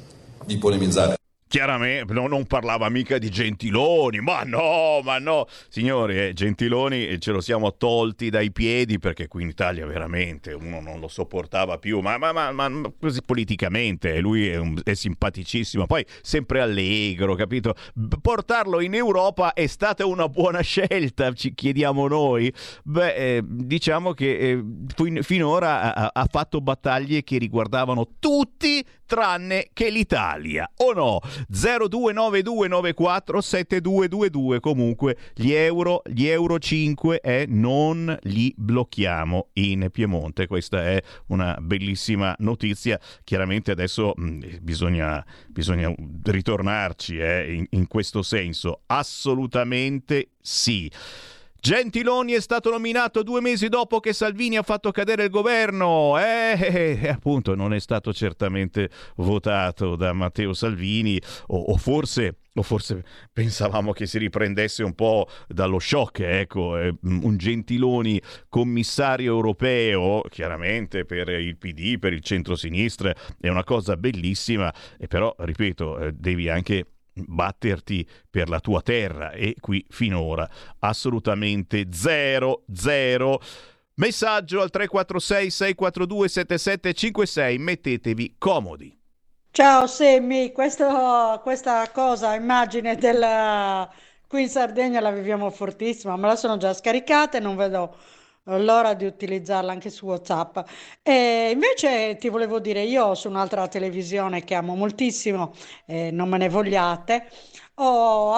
di polemizzare. Chiaramente no, non parlava mica di Gentiloni, ma no, ma no. Signori, eh, Gentiloni ce lo siamo tolti dai piedi perché qui in Italia veramente uno non lo sopportava più, ma, ma, ma, ma così politicamente, lui è, un, è simpaticissimo, poi sempre allegro, capito? Portarlo in Europa è stata una buona scelta, ci chiediamo noi. Beh, eh, diciamo che eh, fin, finora ha, ha fatto battaglie che riguardavano tutti tranne che l'Italia, o no? zero due nove due nove quattro sette due due due. Comunque gli euro, gli euro cinque eh, non li blocchiamo in Piemonte. Questa è una bellissima notizia. Chiaramente adesso mh, bisogna, bisogna ritornarci eh, in, in questo senso. Assolutamente sì. Gentiloni è stato nominato due mesi dopo che Salvini ha fatto cadere il governo. Eh, eh, appunto, non è stato certamente votato da Matteo Salvini, o, o forse... o forse pensavamo che si riprendesse un po' dallo shock, ecco, eh, un Gentiloni commissario europeo, chiaramente per il P D, per il centrosinistra, è una cosa bellissima, e però, ripeto, eh, devi anche batterti per la tua terra, e qui finora assolutamente zero zero. Messaggio al tre quattro sei sei quattro due sette sette cinque sei, mettetevi comodi. Ciao Semmi, questo, questa cosa, immagine del qui in Sardegna la viviamo fortissima, me la sono già scaricata e non vedo l'ora di utilizzarla anche su WhatsApp. E invece ti volevo dire, io su un'altra televisione che amo moltissimo, eh, non me ne vogliate, ho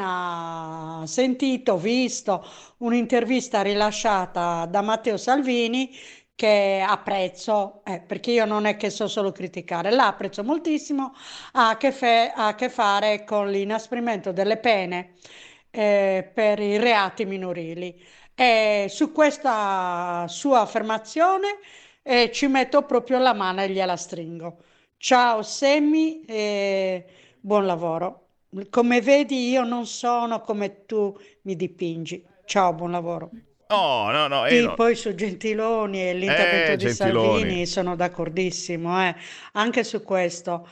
appena sentito, visto un'intervista rilasciata da Matteo Salvini che apprezzo, eh, perché io non è che so solo criticare, la apprezzo moltissimo, ha a che, fe- ha a che fare con l'inasprimento delle pene eh, per i reati minorili. E su questa sua affermazione eh, ci metto proprio la mano e gliela stringo. Ciao Semmi e buon lavoro. Come vedi io non sono come tu mi dipingi. Ciao, buon lavoro. No, no, no. Sì, eh, no. poi su Gentiloni e l'intervento Eh, di Gentiloni. Salvini sono d'accordissimo, eh, anche su questo.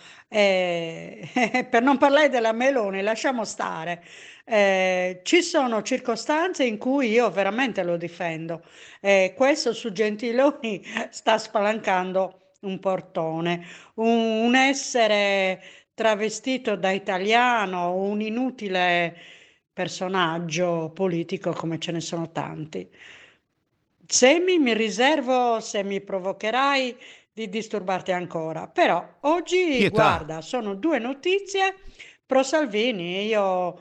Eh, per non parlare della Meloni, lasciamo stare. Eh, ci sono circostanze in cui io veramente lo difendo. Eh, questo su Gentiloni sta spalancando un portone, un, un essere travestito da italiano, un inutile personaggio politico come ce ne sono tanti. Semi, mi riservo, se mi provocherai, di disturbarti ancora. Però oggi, Pietà. guarda, sono due notizie pro Salvini. Io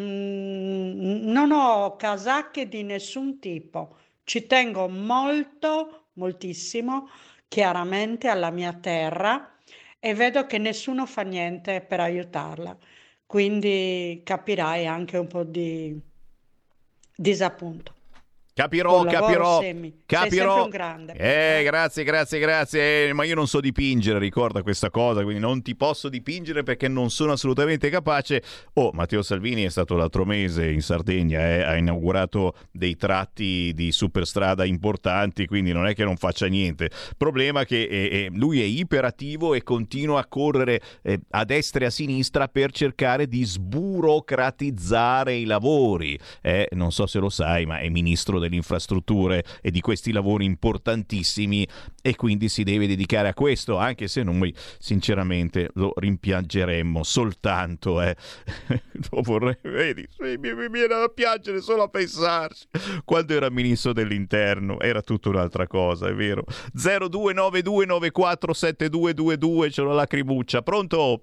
mm, non ho casacche di nessun tipo. Ci tengo molto, moltissimo, chiaramente alla mia terra, e vedo che nessuno fa niente per aiutarla. Quindi capirai anche un po' di disappunto. Capirò, Buon lavoro, capirò, Semmi. Sei capirò. sempre un grande. Eh, grazie, grazie, grazie. Ma io non so dipingere, ricorda questa cosa, quindi non ti posso dipingere perché non sono assolutamente capace. Oh, Matteo Salvini è stato l'altro mese in Sardegna, eh, ha inaugurato dei tratti di superstrada importanti, quindi non è che non faccia niente. Problema che eh, eh, lui è iperattivo e continua a correre eh, a destra e a sinistra per cercare di sburocratizzare i lavori. Eh, non so se lo sai, ma è ministro del delle infrastrutture e di questi lavori importantissimi, e quindi si deve dedicare a questo, anche se noi sinceramente lo rimpiangeremmo soltanto, eh. Lo vorrei, vedi, mi, mi viene da piangere solo a pensarci. Quando era ministro dell'interno era tutta un'altra cosa, è vero. zero due nove due nove quattro sette due due due, c'è una lacrimuccia. Pronto?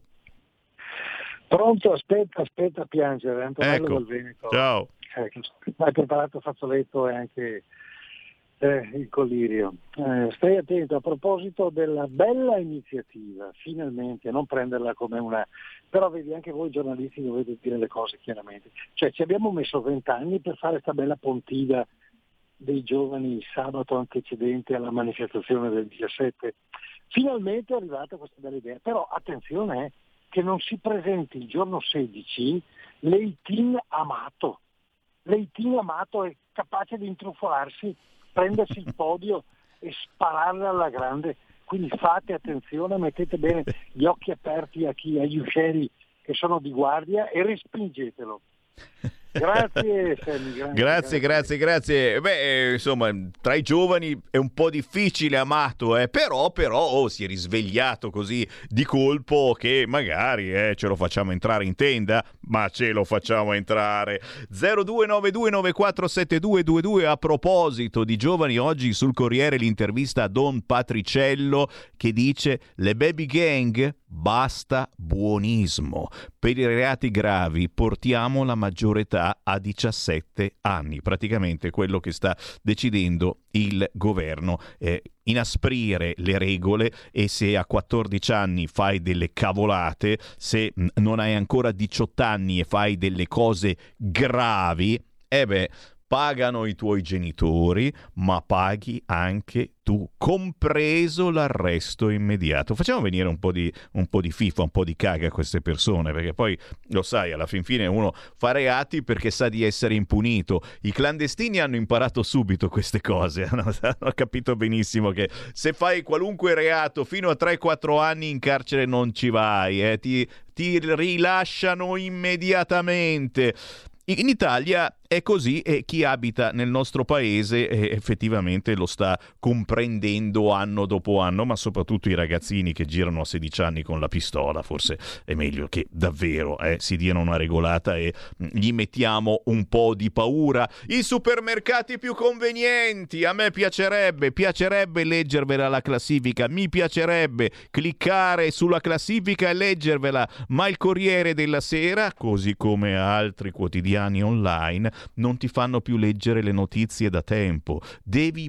Pronto, aspetta, aspetta a piangere, Antonello Ecco. dal Veneto. Ciao. Eh, hai preparato il fazzoletto e anche eh, il collirio. Eh, stai attento, a proposito della bella iniziativa, finalmente, non prenderla come una... Però vedi, anche voi giornalisti dovete dire le cose chiaramente. Cioè ci abbiamo messo vent'anni per fare questa bella Pontida dei giovani sabato antecedente alla manifestazione del diciassette. Finalmente è arrivata questa bella idea, però attenzione, eh, che non si presenti il giorno sedici l'Eitin Amato. L'Eitin Amato è capace di intrufolarsi, prendersi il podio e spararla alla grande. Quindi fate attenzione, mettete bene gli occhi aperti a chi, agli uscieri che sono di guardia e respingetelo. Grazie, Sammy, grazie, grazie, grazie, grazie. Beh, insomma, tra i giovani è un po' difficile Amato, eh? però, però oh, si è risvegliato così di colpo che magari eh, ce lo facciamo entrare in tenda, ma ce lo facciamo entrare. zero due nove due nove quattro sette due due due. A proposito di giovani, oggi sul Corriere l'intervista a Don Patriciello che dice: le baby gang, basta buonismo. Per i reati gravi portiamo la maggiore età a diciassette anni. Praticamente quello che sta decidendo il governo, eh, inasprire le regole, e se a quattordici anni fai delle cavolate, se non hai ancora diciotto anni e fai delle cose gravi, eh beh, pagano i tuoi genitori, ma paghi anche tu, compreso l'arresto immediato. Facciamo venire un po' di un po' di fifa, un po' di caga a queste persone, perché poi lo sai, alla fin fine uno fa reati perché sa di essere impunito. I clandestini hanno imparato subito queste cose, hanno, hanno capito benissimo che se fai qualunque reato fino a tre quattro anni in carcere non ci vai, eh, ti, ti rilasciano immediatamente. In Italia è così, e chi abita nel nostro paese eh, effettivamente lo sta comprendendo anno dopo anno, ma soprattutto i ragazzini che girano a sedici anni con la pistola. Forse è meglio che davvero eh, si diano una regolata e gli mettiamo un po' di paura. I supermercati più convenienti, a me piacerebbe, piacerebbe leggervela la classifica, mi piacerebbe cliccare sulla classifica e leggervela, ma il Corriere della Sera, così come altri quotidiani online, non ti fanno più leggere le notizie da tempo. Devi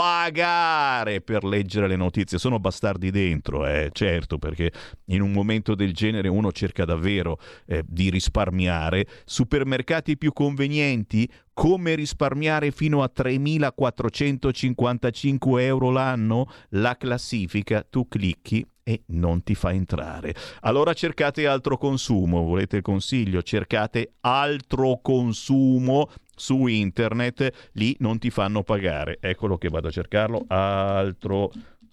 pagare per leggere le notizie. Sono bastardi dentro, eh, certo, perché in un momento del genere uno cerca davvero eh, di risparmiare. Supermercati più convenienti, come risparmiare fino a tremilaquattrocentocinquantacinque euro l'anno? La classifica, tu clicchi e non ti fa entrare. Allora cercate altro consumo. Volete il consiglio? Cercate altro consumo su internet, lì non ti fanno pagare. Eccolo che vado a cercarlo, altro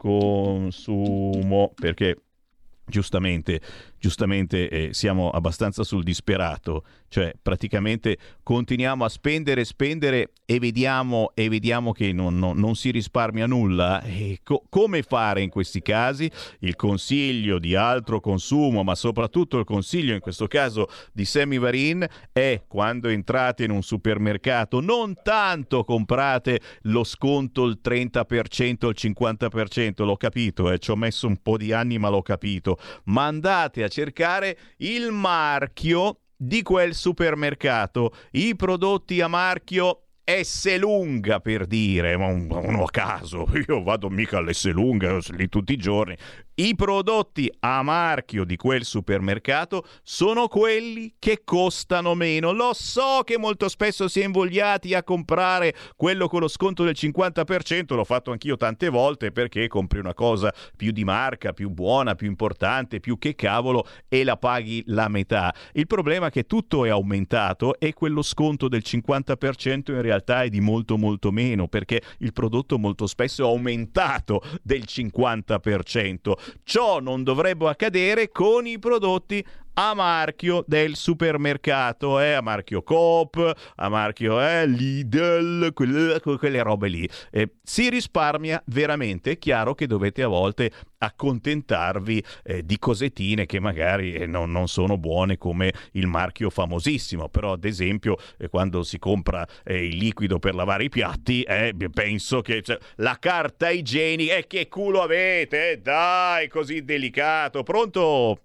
consumo, perché giustamente giustamente eh, siamo abbastanza sul disperato, cioè praticamente continuiamo a spendere spendere e vediamo e vediamo che non, non, non si risparmia nulla. E co- come fare in questi casi? Il consiglio di altro consumo, ma soprattutto il consiglio in questo caso di Sammy Varin, è: quando entrate in un supermercato non tanto comprate lo sconto il trenta per cento, il cinquanta per cento, l'ho capito, eh, ci ho messo un po' di anni ma l'ho capito, ma andate a cercare il marchio di quel supermercato, i prodotti a marchio Esselunga, per dire, ma uno a caso, io vado mica all'Esselunga lì tutti i giorni. I prodotti a marchio di quel supermercato sono quelli che costano meno. Lo so che molto spesso si è invogliati a comprare quello con lo sconto del cinquanta per cento, l'ho fatto anch'io tante volte, perché compri una cosa più di marca, più buona, più importante, più che cavolo, e la paghi la metà. Il problema è che tutto è aumentato e quello sconto del cinquanta per cento in realtà è di molto molto meno, perché il prodotto molto spesso è aumentato del cinquanta per cento. Ciò non dovrebbe accadere con i prodotti a marchio del supermercato, eh, a marchio Coop, a marchio eh, Lidl, quelle, quelle robe lì. Eh, si risparmia veramente. È chiaro che dovete a volte accontentarvi eh, di cosettine che magari eh, non, non sono buone come il marchio famosissimo, però ad esempio eh, quando si compra eh, il liquido per lavare i piatti, eh, penso che cioè, la carta igienica, eh, che culo avete, eh, dai, così delicato. Pronto?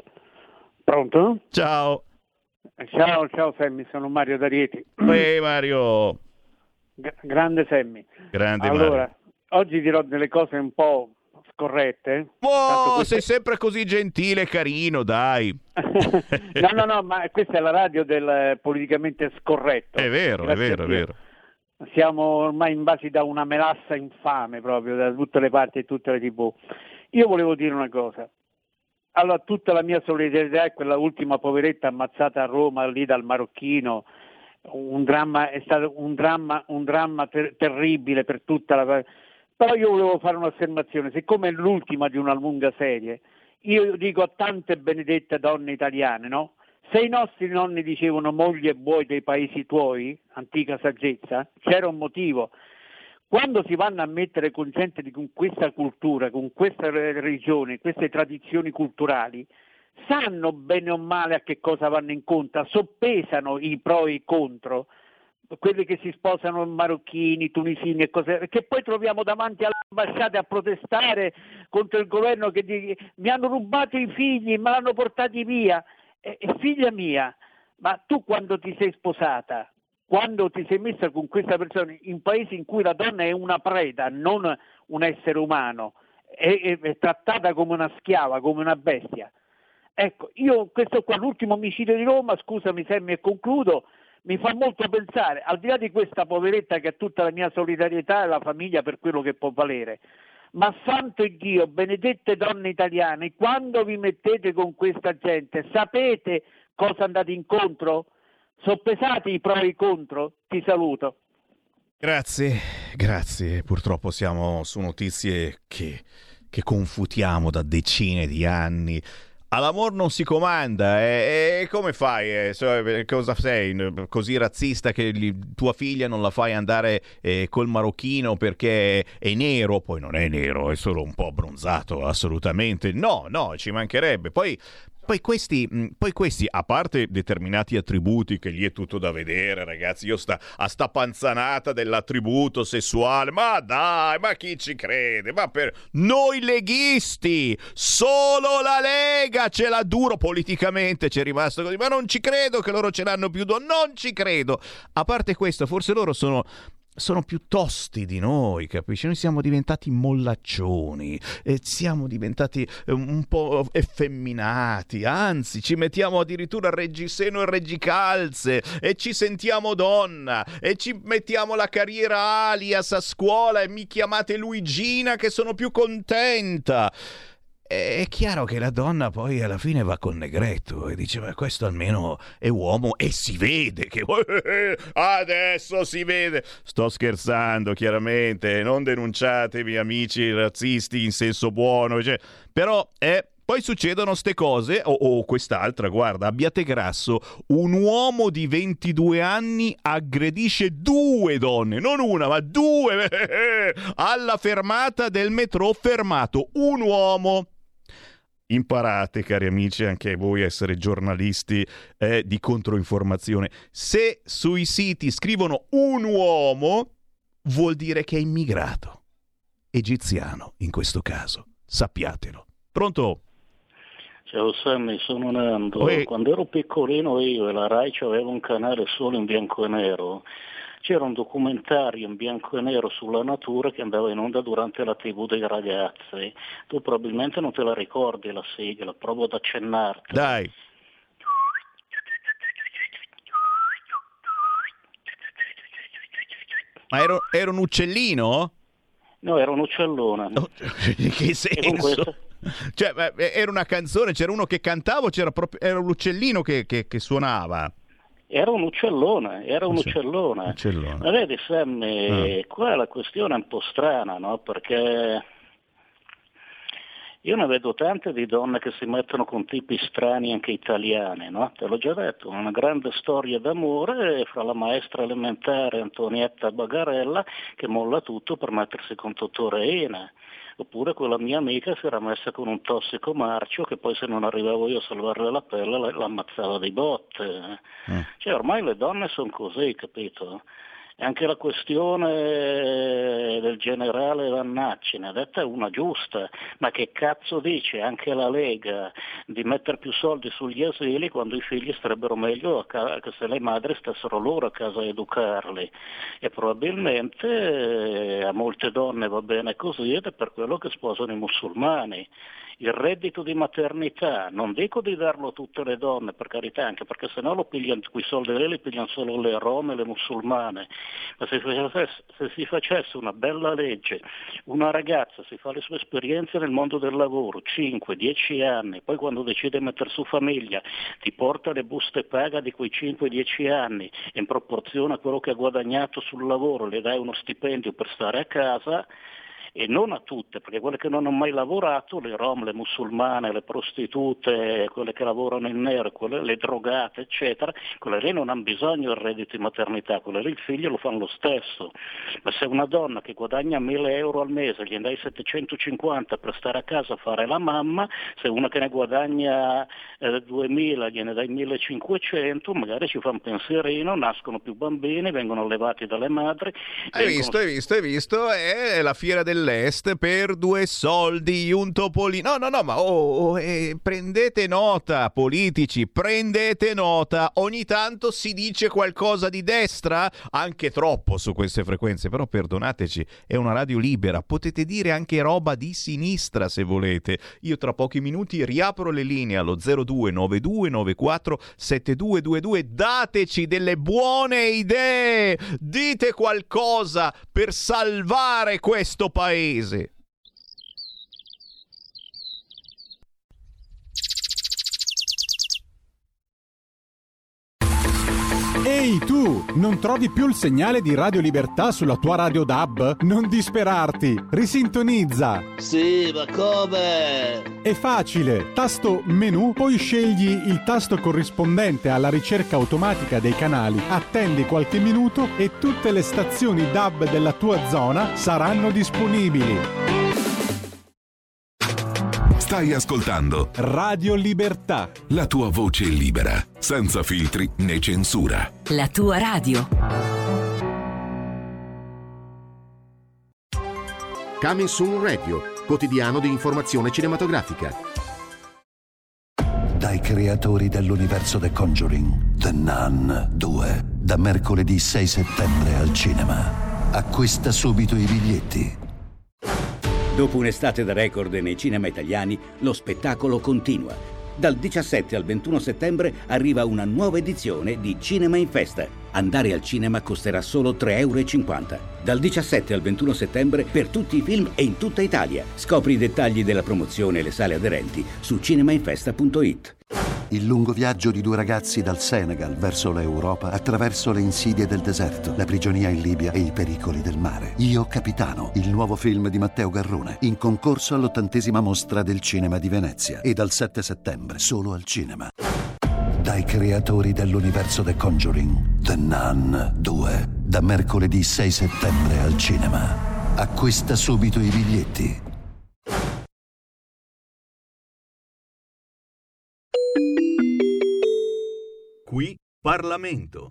Pronto? Ciao. Ciao, ciao Sammy, sono Mario da Rieti. Ehi Mario. G- grande Sammy. Grande allora, Mario. Oggi dirò delle cose un po' scorrette. Oh, queste... sei sempre così gentile e carino, dai. no, no, no, ma questa è la radio del politicamente scorretto. È vero, Grazie è vero, è vero. Siamo ormai invasi da una melassa infame proprio, da tutte le parti e tutte le tivù. Io volevo dire una cosa. Allora, tutta la mia solidarietà è quella ultima poveretta ammazzata a Roma lì dal marocchino, un dramma, è stato un dramma, un dramma ter- terribile per tutta la... Però io volevo fare un'affermazione, siccome è l'ultima di una lunga serie, io dico a tante benedette donne italiane, no? Se i nostri nonni dicevano moglie e buoi dei paesi tuoi, antica saggezza, c'era un motivo. Quando si vanno a mettere con gente di, con questa cultura, con questa religione, queste tradizioni culturali, sanno bene o male a che cosa vanno incontro, soppesano i pro e i contro, quelli che si sposano marocchini, tunisini e cose, che poi troviamo davanti alle ambasciate a protestare contro il governo che dice mi hanno rubato i figli, me l'hanno portati via. E, e figlia mia, ma tu quando ti sei sposata, quando ti sei messa con questa persona in paesi in cui la donna è una preda, non un essere umano, è, è, è trattata come una schiava, come una bestia. Ecco, io questo qua, l'ultimo omicidio di Roma, scusami Sammy e concludo, mi fa molto pensare, al di là di questa poveretta che ha tutta la mia solidarietà e la famiglia per quello che può valere, ma santo Dio, benedette donne italiane, quando vi mettete con questa gente, sapete cosa andate incontro? Soppesate i pro e i contro? Ti saluto. Grazie, grazie. Purtroppo siamo su notizie che, che confutiamo da decine di anni. All'amor non si comanda, e eh, come fai? Eh, cosa sei? Così razzista che li, tua figlia non la fai andare eh, col marocchino perché è nero? Poi non è nero, è solo un po' abbronzato, assolutamente. No, no, ci mancherebbe. Poi... Poi questi, poi questi, a parte determinati attributi che lì è tutto da vedere, ragazzi, io sta, a sta panzanata dell'attributo sessuale, ma dai, ma chi ci crede? Ma per noi leghisti, solo la Lega ce l'ha duro politicamente, c'è rimasto così, ma non ci credo che loro ce l'hanno più duro, non ci credo. A parte questo, forse loro sono... sono più tosti di noi, capisci? Noi siamo diventati mollaccioni, e siamo diventati un po' effeminati, anzi ci mettiamo addirittura reggiseno e reggicalze e ci sentiamo donna e ci mettiamo la carriera alias a scuola e mi chiamate Luigina che sono più contenta. È chiaro che la donna poi alla fine va col negretto e dice ma questo almeno è uomo e si vede che adesso si vede. Sto scherzando chiaramente, non denunciatevi amici razzisti in senso buono, cioè, però è... Poi succedono ste cose, o oh, oh, quest'altra, guarda, Abbiategrasso, un uomo di ventidue anni aggredisce due donne, non una, ma due, alla fermata del metro, fermato un uomo. Imparate, cari amici, anche voi a essere giornalisti eh, di controinformazione. Se sui siti scrivono un uomo, vuol dire che è immigrato. Egiziano, in questo caso. Sappiatelo. Pronto? Ciao Sammy, sono Nando. Oi. Quando ero piccolino io e la Rai aveva un canale solo in bianco e nero. C'era un documentario in bianco e nero sulla natura che andava in onda durante la tivù dei ragazzi. Tu probabilmente non te la ricordi la sigla, provo ad accennarti. Dai. Ma era, era un uccellino? No, era un uccellone. Oh, in che senso? Cioè, era una canzone, c'era uno che cantava o c'era proprio, era l'uccellino che, che, che suonava? Era un uccellone, era un uccellone. uccellone. Ma vedi Sammy, ah. qua la questione è un po' strana, no? Perché Io ne vedo tante di donne che si mettono con tipi strani anche italiani, no? Te l'ho già detto, una grande storia d'amore fra la maestra elementare Antonietta Bagarella che molla tutto per mettersi con Totò Reina. Oppure quella mia amica si era messa con un tossico marcio che poi se non arrivavo io a salvarle la pelle l'ammazzava di botte. Mm. Cioè ormai le donne sono così, capito? E anche la questione del generale Vannacci, ne ha detta una giusta, ma che cazzo dice anche la Lega di mettere più soldi sugli asili quando i figli starebbero meglio a ca- che se le madri stessero loro a casa a educarli? E probabilmente eh, a molte donne va bene così ed è per quello che sposano i musulmani. Il reddito di maternità, non dico di darlo a tutte le donne, per carità, anche perché sennò lo pigliano, quei soldi lì li pigliano solo le rome e le musulmane, ma se si, facesse, se si facesse una bella legge, una ragazza si fa le sue esperienze nel mondo del lavoro, cinque dieci anni, poi quando decide di mettere su famiglia ti porta le buste paga di quei cinque dieci anni e in proporzione a quello che ha guadagnato sul lavoro le dai uno stipendio per stare a casa. E non a tutte, perché quelle che non hanno mai lavorato, le rom, le musulmane, le prostitute, quelle che lavorano in nero, quelle, le drogate, eccetera, quelle lì non hanno bisogno del reddito di maternità, quelle lì il figlio lo fanno lo stesso. Ma se una donna che guadagna mille euro al mese gli dai settecentocinquanta per stare a casa a fare la mamma, se una che ne guadagna eh, duemila gliene dai millecinquecento, magari ci fa un pensierino, nascono più bambini, vengono allevati dalle madri. Hai vengono... visto, hai visto, hai visto? È la fiera del l'Est per due soldi un topolino. No, no, no, ma oh, oh, eh, prendete nota, politici, prendete nota. Ogni tanto si dice qualcosa di destra, anche troppo su queste frequenze, però perdonateci, è una radio libera, potete dire anche roba di sinistra se volete. Io tra pochi minuti riapro le linee allo zero due nove due nove quattro sette due due due. Dateci delle buone idee, dite qualcosa per salvare questo paese. Ehi tu, non trovi più il segnale di Radio Libertà sulla tua radio D A B? Non disperarti, risintonizza! Sì, ma come? È facile, tasto menu, poi scegli il tasto corrispondente alla ricerca automatica dei canali, attendi qualche minuto e tutte le stazioni D A B della tua zona saranno disponibili. Stai ascoltando Radio Libertà, la tua voce libera, senza filtri né censura. La tua radio. Coming Soon Radio, quotidiano di informazione cinematografica. Dai creatori dell'universo The Conjuring, The Nun due, da mercoledì sei settembre al cinema. Acquista subito i biglietti. Dopo un'estate da record nei cinema italiani, lo spettacolo continua. Dal diciassette al ventuno settembre arriva una nuova edizione di Cinema in Festa. Andare al cinema costerà solo tre euro e cinquanta. Dal diciassette al ventuno settembre per tutti i film e in tutta Italia. Scopri i dettagli della promozione e le sale aderenti su cinemainfesta punto it. Il lungo viaggio di due ragazzi dal Senegal verso l'Europa attraverso le insidie del deserto, la prigionia in Libia e i pericoli del mare. Io Capitano, il nuovo film di Matteo Garrone, in concorso all'ottantesima mostra del cinema di Venezia e dal sette settembre solo al cinema. Dai creatori dell'universo The Conjuring, The Nun due, da mercoledì sei settembre al cinema. Acquista subito i biglietti. Qui Parlamento.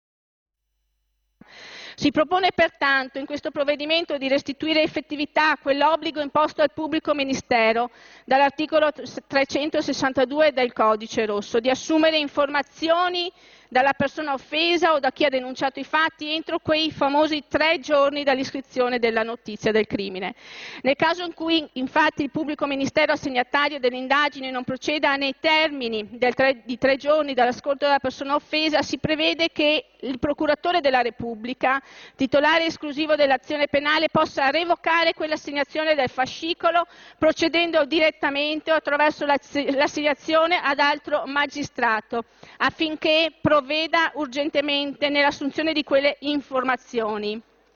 Si propone pertanto in questo provvedimento di restituire effettività a quell'obbligo imposto al pubblico ministero dall'articolo trecentosessantadue del Codice Rosso di assumere informazioni dalla persona offesa o da chi ha denunciato i fatti entro quei famosi tre giorni dall'iscrizione della notizia del crimine. Nel caso in cui infatti il pubblico ministero assegnatario delle indagini non proceda nei termini del tre, di tre giorni dall'ascolto della persona offesa, si prevede che il procuratore della Repubblica, titolare esclusivo dell'azione penale, possa revocare quell'assegnazione del fascicolo procedendo direttamente o attraverso l'assegnazione ad altro magistrato affinché provveda urgentemente nell'assunzione di quelle informazioni.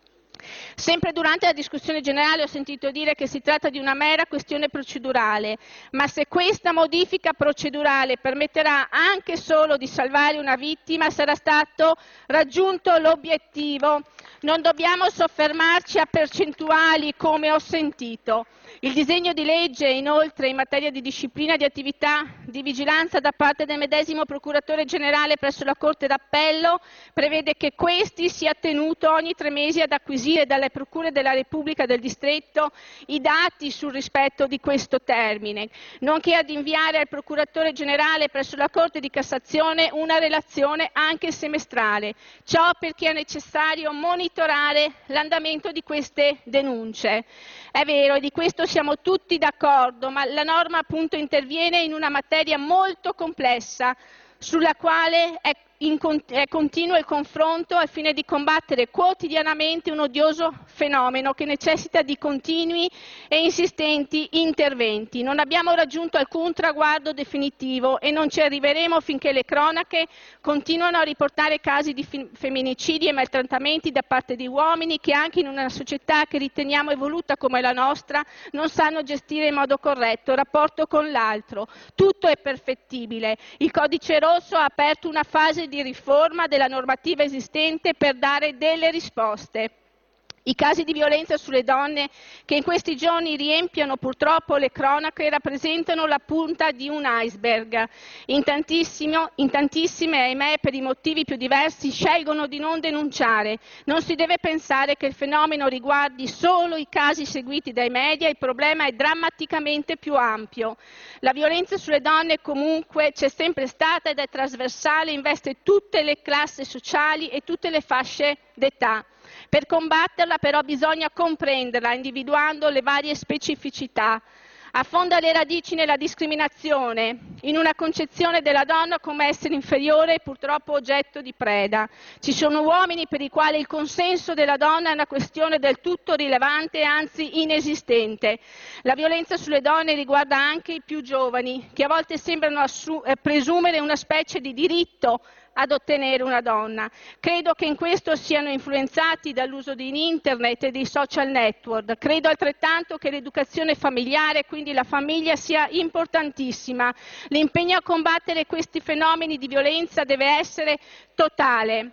Sempre durante la discussione generale ho sentito dire che si tratta di una mera questione procedurale, ma se questa modifica procedurale permetterà anche solo di salvare una vittima, sarà stato raggiunto l'obiettivo. Non dobbiamo soffermarci a percentuali, come ho sentito. Il disegno di legge, inoltre, in materia di disciplina di attività di vigilanza da parte del medesimo procuratore generale presso la Corte d'Appello prevede che questi sia tenuto ogni tre mesi ad acquisire dalle procure della Repubblica del distretto i dati sul rispetto di questo termine, nonché ad inviare al procuratore generale presso la Corte di Cassazione una relazione anche semestrale. Ciò perché è necessario monitorare l'andamento di queste denunce. È vero, e di questo siamo tutti d'accordo, ma la norma appunto interviene in una materia molto complessa sulla quale è, in, è continuo il confronto al fine di combattere quotidianamente un odioso fenomeno che necessita di continui e insistenti interventi. Non abbiamo raggiunto alcun traguardo definitivo e non ci arriveremo finché le cronache continuano a riportare casi di femminicidi e maltrattamenti da parte di uomini che anche in una società che riteniamo evoluta come la nostra non sanno gestire in modo corretto il rapporto con l'altro. Tutto è perfettibile. Il Codice Rosso ha aperto una fase di riforma della normativa esistente per dare delle risposte. I casi di violenza sulle donne che in questi giorni riempiono purtroppo le cronache rappresentano la punta di un iceberg. In, tantissimo, in tantissime, ahimè, per i motivi più diversi, scelgono di non denunciare. Non si deve pensare che il fenomeno riguardi solo i casi seguiti dai media, il problema è drammaticamente più ampio. La violenza sulle donne comunque c'è sempre stata ed è trasversale, investe tutte le classi sociali e tutte le fasce d'età. Per combatterla però bisogna comprenderla, individuando le varie specificità. Affonda le radici nella discriminazione, in una concezione della donna come essere inferiore e purtroppo oggetto di preda. Ci sono uomini per i quali il consenso della donna è una questione del tutto rilevante e anzi inesistente. La violenza sulle donne riguarda anche i più giovani, che a volte sembrano assu- eh, presumere una specie di diritto ad ottenere una donna. Credo che in questo siano influenzati dall'uso di internet e dei social network. Credo altrettanto che l'educazione familiare, quindi la famiglia, sia importantissima. L'impegno a combattere questi fenomeni di violenza deve essere totale.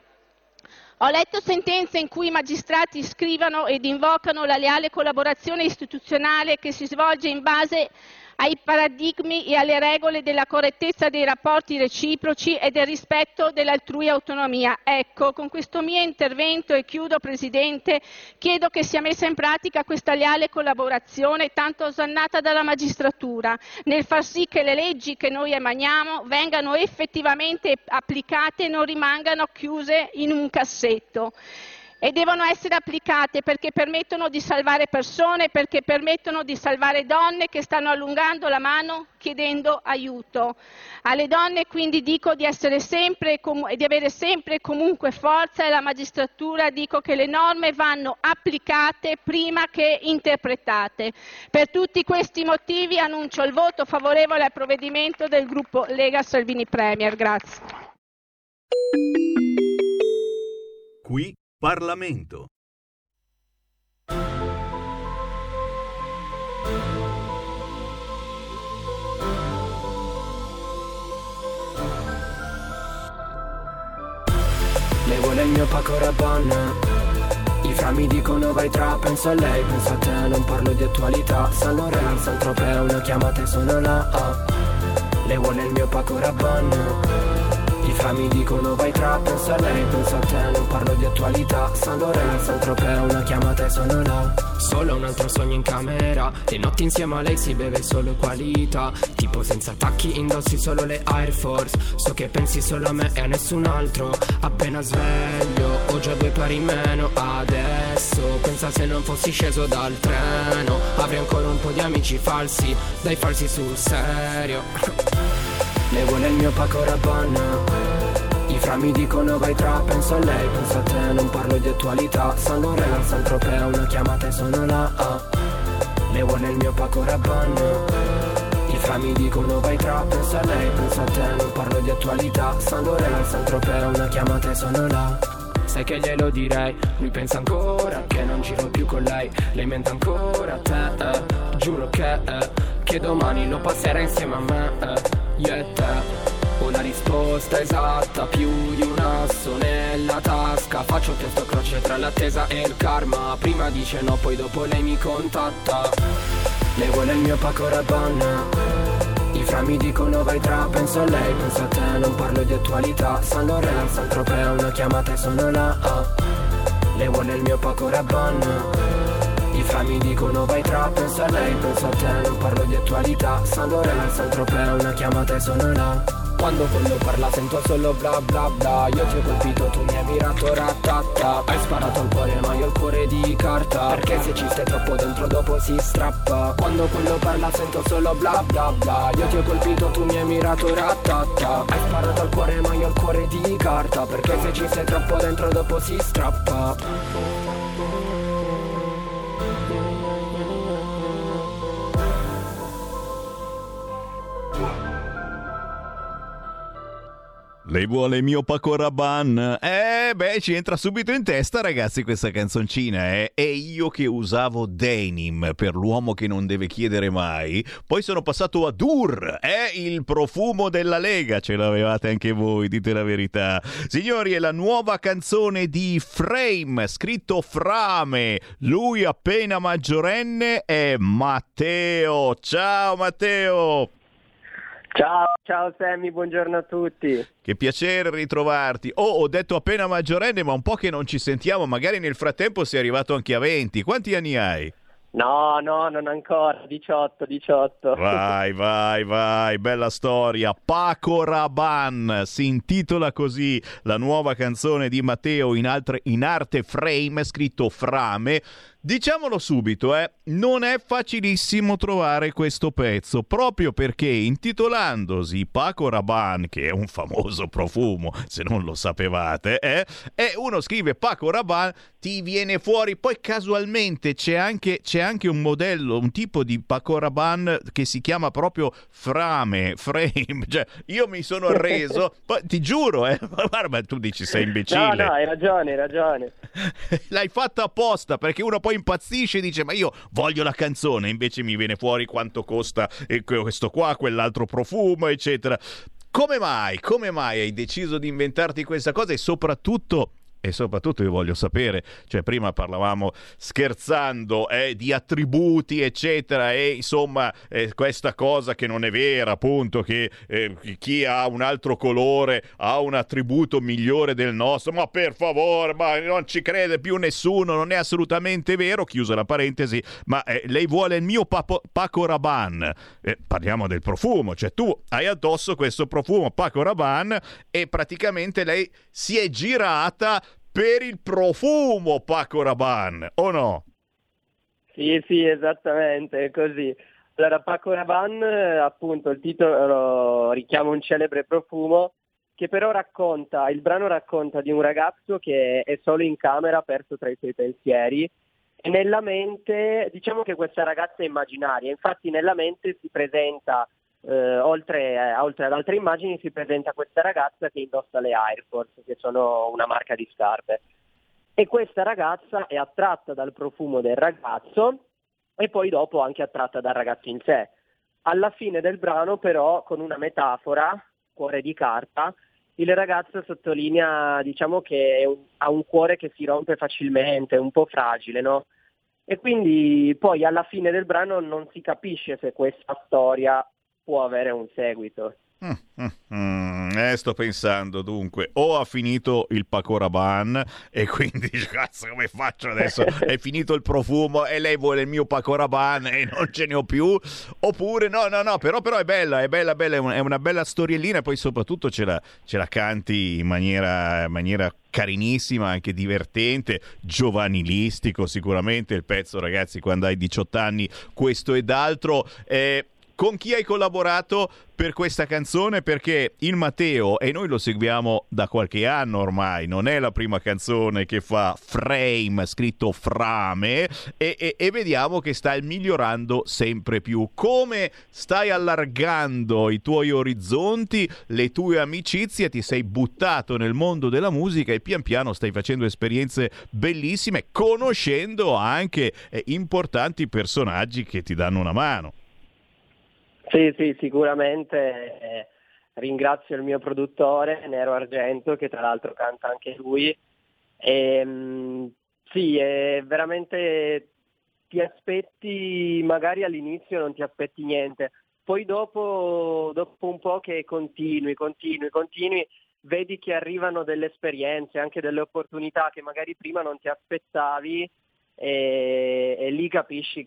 Ho letto sentenze in cui i magistrati scrivono ed invocano la leale collaborazione istituzionale che si svolge in base ai paradigmi e alle regole della correttezza dei rapporti reciproci e del rispetto dell'altrui autonomia. Ecco, con questo mio intervento, e chiudo Presidente, chiedo che sia messa in pratica questa leale collaborazione tanto osannata dalla magistratura, nel far sì che le leggi che noi emaniamo vengano effettivamente applicate e non rimangano chiuse in un cassetto. E devono essere applicate perché permettono di salvare persone, perché permettono di salvare donne che stanno allungando la mano chiedendo aiuto. Alle donne quindi dico di essere sempre e di avere sempre e comunque forza, e alla magistratura dico che le norme vanno applicate prima che interpretate. Per tutti questi motivi annuncio il voto favorevole al provvedimento del gruppo Lega Salvini Premier. Grazie. Qui Parlamento. Lei vuole il mio Paco Rabanne. I fra mi dicono vai tra, penso a lei, penso a te, non parlo di attualità. San Lorenzo, San Tropea, una chiamata e sono là. Ah. Lei vuole il mio Paco Rabanne. I fra mi dicono vai tra, penso a lei, penso a te, non parlo di attualità. San Lorenzo, San Tropea, una chiamata e sono là. Solo un altro sogno in camera, le notti insieme a lei si beve solo qualità. Tipo senza attacchi indossi solo le Air Force. So che pensi solo a me e a nessun altro. Appena sveglio, ho già due pari in meno. Adesso, pensa se non fossi sceso dal treno. Avrei ancora un po' di amici falsi, dai falsi sul serio. Lei vuole il mio Paco Rabanne. I fra mi dicono vai tra, penso a lei, penso a te, non parlo di attualità. San Lorenzo, San Tropea, una chiamata e sono là. Ah. Lei vuole il mio Paco Rabanne. I fra mi dicono vai tra, penso a lei, penso a te, non parlo di attualità. San Lorenzo, San Tropea, una chiamata e sono là. Sai che glielo direi, lui pensa ancora che non giro più con lei. Lei mente ancora a te, eh. Giuro che, eh, che domani lo passerà insieme a me, eh. Io e te. Ho la risposta esatta, più di un asso nella tasca. Faccio testo croce tra l'attesa e il karma. Prima dice no, poi dopo lei mi contatta. Lei vuole il mio Paco Rabanne. I fra mi dicono vai tra, penso a lei, penso a te, non parlo di attualità. San Lorenzo, San Tropea, una chiamata e sono là, ah. Lei vuole il mio Paco Rabanne. I fra mi dicono vai tra, penso a lei, penso a te, non parlo di attualità. San Lorenzo, San Tropea, una chiamata e sono là. Quando quello parla sento solo bla bla bla. Io ti ho colpito, tu mi hai mirato ratata. Hai sparato al cuore ma io ho il cuore di carta. Perché se ci stai troppo dentro dopo si strappa. Quando quello parla sento solo bla bla bla. Io ti ho colpito, tu mi hai mirato ratata. Hai sparato al cuore ma io ho il cuore di carta. Perché se ci stai troppo dentro dopo si strappa. Lei vuole il mio Paco Rabanne. Eh, beh, ci entra subito in testa, ragazzi, questa canzoncina, eh. E io che usavo denim per l'uomo che non deve chiedere mai, poi sono passato a Dur, eh, il profumo della Lega. Ce l'avevate anche voi, dite la verità. Signori, è la nuova canzone di Frame, scritto Frame. Lui appena maggiorenne è Matteo. Ciao Matteo. Ciao, ciao Sammy, buongiorno a tutti. Che piacere ritrovarti. Oh, ho detto appena maggiorenne, ma un po' che non ci sentiamo, magari nel frattempo sei arrivato anche a venti. Quanti anni hai? No, no, non ancora, diciotto, diciotto. Vai, vai, vai, bella storia. Paco Rabanne, si intitola così la nuova canzone di Matteo in, altre, in arte Frame, scritto Frame. Diciamolo subito, eh, non è facilissimo trovare questo pezzo, proprio perché intitolandosi Paco Rabanne, che è un famoso profumo, se non lo sapevate, eh, e uno scrive Paco Rabanne, ti viene fuori, poi casualmente c'è anche, c'è anche un modello, un tipo di Paco Rabanne che si chiama proprio Frame, Frame, cioè io mi sono arreso, poi, ti giuro, eh, guarda, tu dici sei imbecille. No, no, hai ragione, hai ragione. L'hai fatta apposta, perché uno poi impazzisce e dice ma io voglio la canzone, invece mi viene fuori quanto costa questo qua, quell'altro profumo, eccetera. Come mai? Come mai hai deciso di inventarti questa cosa e soprattutto E soprattutto io voglio sapere, cioè prima parlavamo scherzando eh, di attributi eccetera e insomma eh, questa cosa che non è vera, appunto, che eh, chi ha un altro colore ha un attributo migliore del nostro, ma per favore, ma non ci crede più nessuno, non è assolutamente vero, chiusa la parentesi, ma eh, lei vuole il mio Papo, Paco Rabanne, eh, parliamo del profumo, cioè tu hai addosso questo profumo Paco Rabanne e praticamente lei si è girata per il profumo Paco Rabanne, o no? Sì, sì, esattamente, è così. Allora, Paco Rabanne, appunto, il titolo richiama un celebre profumo che però racconta, il brano racconta di un ragazzo che è solo in camera, perso tra i suoi pensieri, e nella mente, diciamo che questa ragazza è immaginaria, infatti nella mente si presenta, eh, oltre, eh, oltre ad altre immagini, si presenta questa ragazza che indossa le Air Force, che sono una marca di scarpe. E questa ragazza è attratta dal profumo del ragazzo e poi dopo anche attratta dal ragazzo in sé. Alla fine del brano però, con una metafora, cuore di carta, il ragazzo sottolinea, diciamo, che è un, ha un cuore che si rompe facilmente, un po' fragile, no? E quindi poi alla fine del brano non si capisce se questa storia può avere un seguito. Mm, mm, mm, eh, sto pensando dunque o ha finito il Paco Rabanne e quindi cazzo come faccio adesso, è finito il profumo e lei vuole il mio Paco Rabanne e non ce ne ho più, oppure no no no però, però è bella è bella bella è una, è una bella storiellina e poi soprattutto ce la, ce la canti in maniera, in maniera carinissima, anche divertente, giovanilistico sicuramente il pezzo, ragazzi, quando hai diciotto anni, questo ed altro. eh, con chi hai collaborato per questa canzone? Perché il Matteo, e noi lo seguiamo da qualche anno ormai, non è la prima canzone che fa Frame, scritto Frame, e, e, e vediamo che stai migliorando sempre più. Come stai allargando i tuoi orizzonti, le tue amicizie, ti sei buttato nel mondo della musica e pian piano stai facendo esperienze bellissime, conoscendo anche eh, importanti personaggi che ti danno una mano. Sì, sì, sicuramente eh, ringrazio il mio produttore Nero Argento, che tra l'altro canta anche lui. E, mh, sì, è veramente, ti aspetti, magari all'inizio non ti aspetti niente, poi dopo, dopo un po' che continui, continui, continui, vedi che arrivano delle esperienze, anche delle opportunità che magari prima non ti aspettavi, e, e lì capisci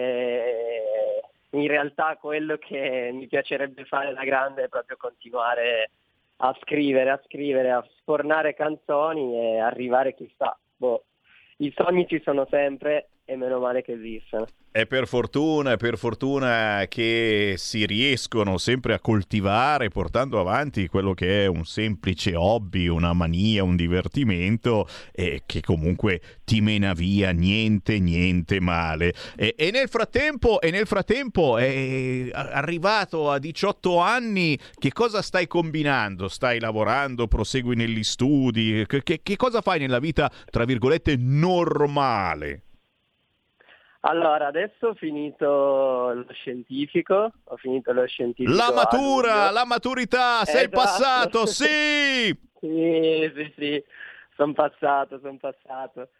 che in realtà quello che mi piacerebbe fare da grande è proprio continuare a scrivere, a scrivere, a sfornare canzoni e arrivare chissà. Boh, i sogni ci sono sempre e meno male che esistono. È per fortuna, è per fortuna che si riescono sempre a coltivare portando avanti quello che è un semplice hobby, una mania, un divertimento, e che comunque ti mena via niente, niente male. E, e nel frattempo, e nel frattempo è arrivato a diciotto anni, che cosa stai combinando? Stai lavorando, prosegui negli studi? Che, che, che cosa fai nella vita, tra virgolette, normale? Allora, adesso ho finito lo scientifico, ho finito lo scientifico. La matura, la maturità, sei esatto. passato, sì! Sì, sì, sì, sono passato, sono passato.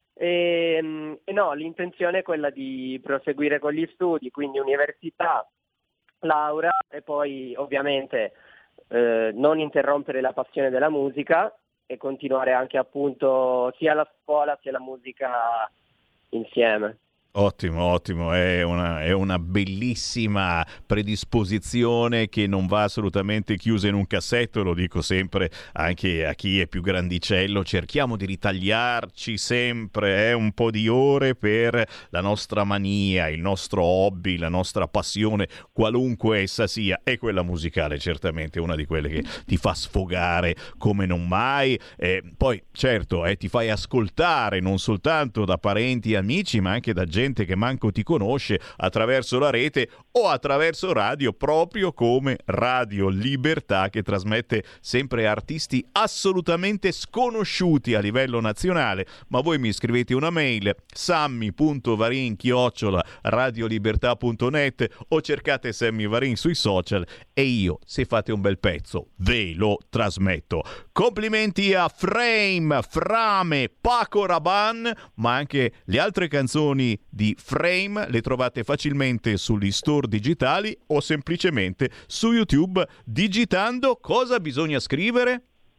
E, e no, l'intenzione è quella di proseguire con gli studi, quindi università, laurea, e poi ovviamente eh, non interrompere la passione della musica e continuare anche appunto sia la scuola sia la musica insieme. Ottimo, ottimo, è una, è una bellissima predisposizione che non va assolutamente chiusa in un cassetto, lo dico sempre anche a chi è più grandicello, cerchiamo di ritagliarci sempre eh, un po' di ore per la nostra mania, il nostro hobby, la nostra passione, qualunque essa sia, e quella musicale certamente è una di quelle che ti fa sfogare come non mai, eh, poi certo eh, ti fai ascoltare non soltanto da parenti e amici ma anche da gente che manco ti conosce attraverso la rete o attraverso radio, proprio come Radio Libertà, che trasmette sempre artisti assolutamente sconosciuti a livello nazionale. Ma voi mi scrivete una mail, sammy punto varin chiocciola radiolibertà punto net, o cercate Sammy Varin sui social e io, se fate un bel pezzo, ve lo trasmetto. Complimenti a Frame, Frame, Paco Rabanne, ma anche le altre canzoni di Frame le trovate facilmente sugli store digitali o semplicemente su YouTube digitando. Cosa bisogna scrivere?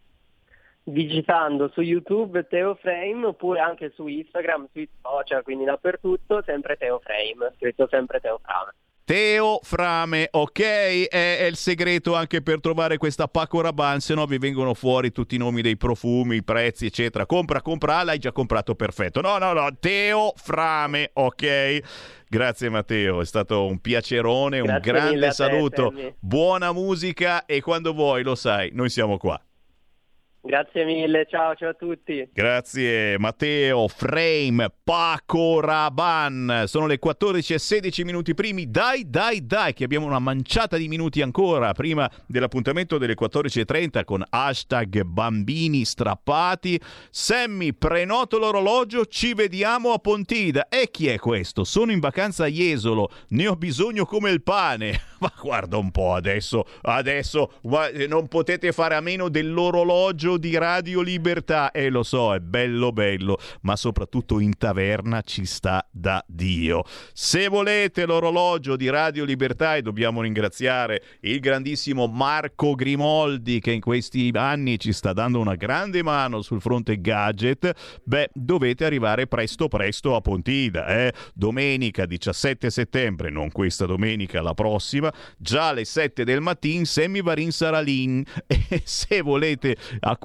Digitando su YouTube Teo Frame, oppure anche su Instagram, sui social, quindi dappertutto, sempre Teo Frame, scritto sempre Teo Frame. Teo Frame, ok, è, è il segreto anche per trovare questa Paco Rabanne, se no vi vengono fuori tutti i nomi dei profumi, i prezzi, eccetera. Compra, compra, l'hai già comprato, perfetto. No, no, no, Teo Frame, ok. Grazie Matteo, è stato un piacerone, un Grazie grande te, saluto, Sammy. Buona musica, e quando vuoi, lo sai, noi siamo qua. Grazie mille, ciao, ciao a tutti. Grazie Matteo, Frame, Paco Rabanne. Sono le quattordici e sedici minuti primi. Dai, dai, dai, che abbiamo una manciata di minuti ancora prima dell'appuntamento delle quattordici e trenta con hashtag bambini strappati. Sammy, prenoto l'orologio, ci vediamo a Pontida. E chi è questo? Sono in vacanza a Jesolo, ne ho bisogno come il pane. Ma guarda un po' adesso, adesso non potete fare a meno dell'orologio di Radio Libertà, e eh, lo so, è bello bello, ma soprattutto in taverna ci sta da Dio. Se volete l'orologio di Radio Libertà, e dobbiamo ringraziare il grandissimo Marco Grimoldi che in questi anni ci sta dando una grande mano sul fronte gadget, beh, dovete arrivare presto presto a Pontida, eh? Domenica diciassette settembre, non questa domenica, la prossima, già alle sette del mattino, Sammy Varin sarà lì, e se volete acquistare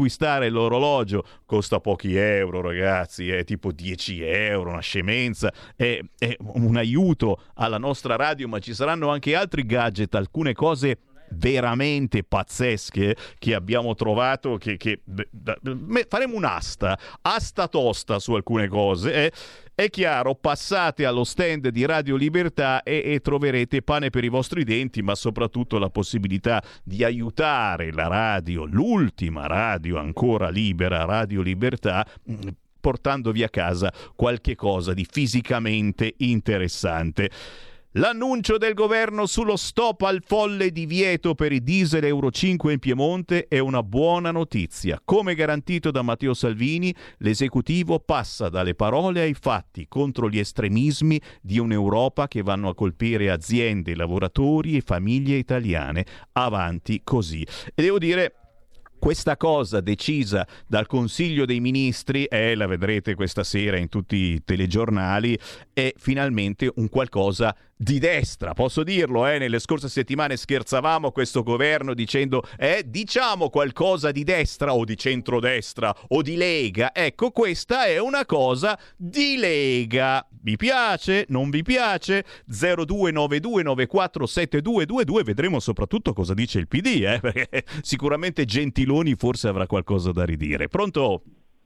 acquistare l'orologio, costa pochi euro ragazzi, è tipo dieci euro, una scemenza, è, è un aiuto alla nostra radio, ma ci saranno anche altri gadget, alcune cose veramente pazzesche che abbiamo trovato, che, che da, faremo un'asta asta tosta su alcune cose, eh. È chiaro, passate allo stand di Radio Libertà e, e troverete pane per i vostri denti, ma soprattutto la possibilità di aiutare la radio, l'ultima radio ancora libera, Radio Libertà, portandovi a casa qualche cosa di fisicamente interessante. L'annuncio del governo sullo stop al folle divieto per i diesel Euro cinque in Piemonte è una buona notizia. Come garantito da Matteo Salvini, l'esecutivo passa dalle parole ai fatti contro gli estremismi di un'Europa che vanno a colpire aziende, lavoratori e famiglie italiane. Avanti così. E devo dire, questa cosa decisa dal Consiglio dei Ministri, eh, la vedrete questa sera in tutti i telegiornali, è finalmente un qualcosa di destra, posso dirlo, eh? Nelle scorse settimane scherzavamo a questo governo dicendo eh, diciamo qualcosa di destra o di centrodestra o di Lega. Ecco, questa è una cosa di Lega. Vi piace? Non vi piace? zero due nove due nove quattro sette due due due, vedremo soprattutto cosa dice il P D, eh? Perché sicuramente Gentiloni forse avrà qualcosa da ridire. Pronto?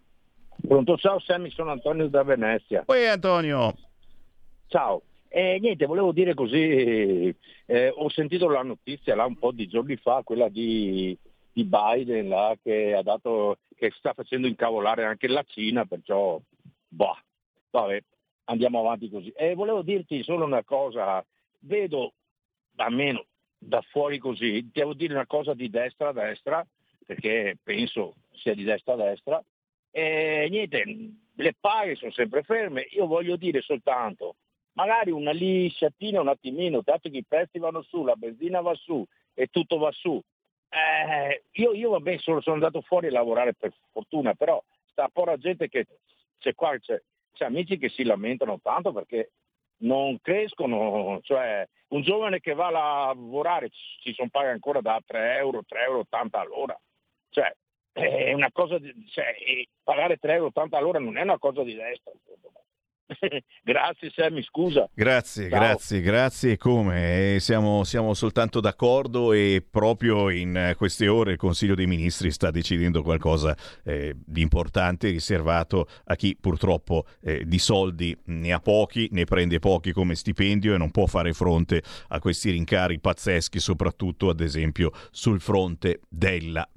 Pronto, ciao Sammy, sono Antonio da Venezia. Poi Antonio. Ciao. E niente, volevo dire così, eh, ho sentito la notizia là un po' di giorni fa, quella di, di Biden là, che ha dato, che sta facendo incavolare anche la Cina, perciò boh, vabbè, andiamo avanti così. E volevo dirti solo una cosa, vedo almeno da fuori così, devo dire una cosa di destra a destra, perché penso sia di destra a destra, e niente, le paghe sono sempre ferme, io voglio dire soltanto, magari una lisciatina un attimino, dato che i prezzi vanno su, la benzina va su e tutto va su. Eh, io, io vabbè sono, sono andato fuori a lavorare per fortuna, però sta poca gente che c'è qua, c'è, c'è amici che si lamentano tanto perché non crescono, cioè un giovane che va a lavorare ci sono paga ancora da tre euro, tre euro e ottanta all'ora. Cioè è una cosa di, cioè, pagare tre euro e ottanta all'ora non è una cosa di destra, secondo me. Grazie Sammy, scusa. Grazie, Ciao. grazie, grazie. Come? Eh, siamo, siamo soltanto d'accordo e proprio in queste ore il Consiglio dei Ministri sta decidendo qualcosa eh, di importante riservato a chi purtroppo eh, di soldi ne ha pochi, ne prende pochi come stipendio e non può fare fronte a questi rincari pazzeschi, soprattutto ad esempio sul fronte della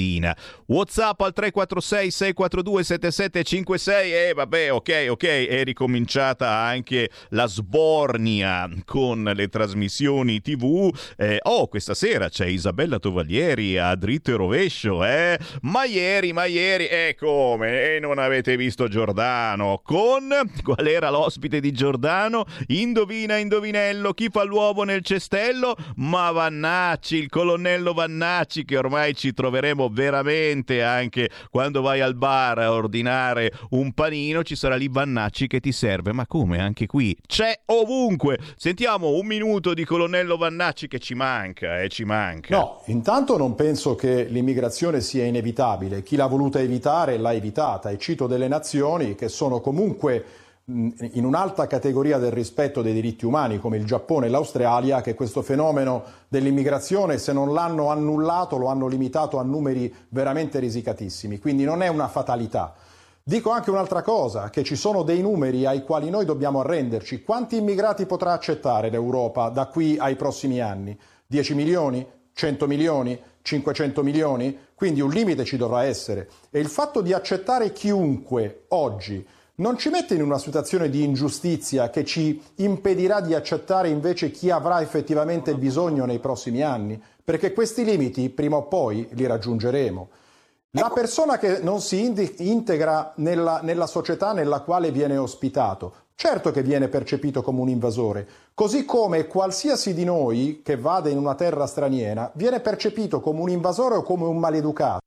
benzina. WhatsApp al tre quattro sei sei quattro due sette sette cinque sei e eh, vabbè, ok, ok, è ricominciata anche la sbornia con le trasmissioni tivù. Eh, oh, questa sera c'è Isabella Tovaglieri a Dritto e Rovescio, eh? Ma ieri, ma ieri, e eh, come? E non avete visto Giordano? Con? Qual era l'ospite di Giordano? Indovina, indovinello, chi fa l'uovo nel cestello? Ma Vannacci, il colonnello Vannacci, che ormai ci troveremo veramente anche quando vai al bar a ordinare un panino, ci sarà lì Vannacci che ti serve. Ma come? Anche qui c'è ovunque. Sentiamo un minuto di colonnello Vannacci che ci manca, eh, ci manca. No, intanto non penso che l'immigrazione sia inevitabile. Chi l'ha voluta evitare l'ha evitata, e cito delle nazioni che sono comunque mh, in un'alta categoria del rispetto dei diritti umani, come il Giappone e l'Australia, che questo fenomeno dell'immigrazione, se non l'hanno annullato, lo hanno limitato a numeri veramente risicatissimi. Quindi non è una fatalità. Dico anche un'altra cosa, che ci sono dei numeri ai quali noi dobbiamo arrenderci. Quanti immigrati potrà accettare l'Europa da qui ai prossimi anni? dieci milioni? cento milioni? cinquecento milioni? Quindi un limite ci dovrà essere. E il fatto di accettare chiunque oggi non ci mette in una situazione di ingiustizia che ci impedirà di accettare invece chi avrà effettivamente bisogno nei prossimi anni? Perché questi limiti prima o poi li raggiungeremo. La persona che non si integra nella, nella società nella quale viene ospitato, certo che viene percepito come un invasore, così come qualsiasi di noi che vada in una terra straniera viene percepito come un invasore o come un maleducato.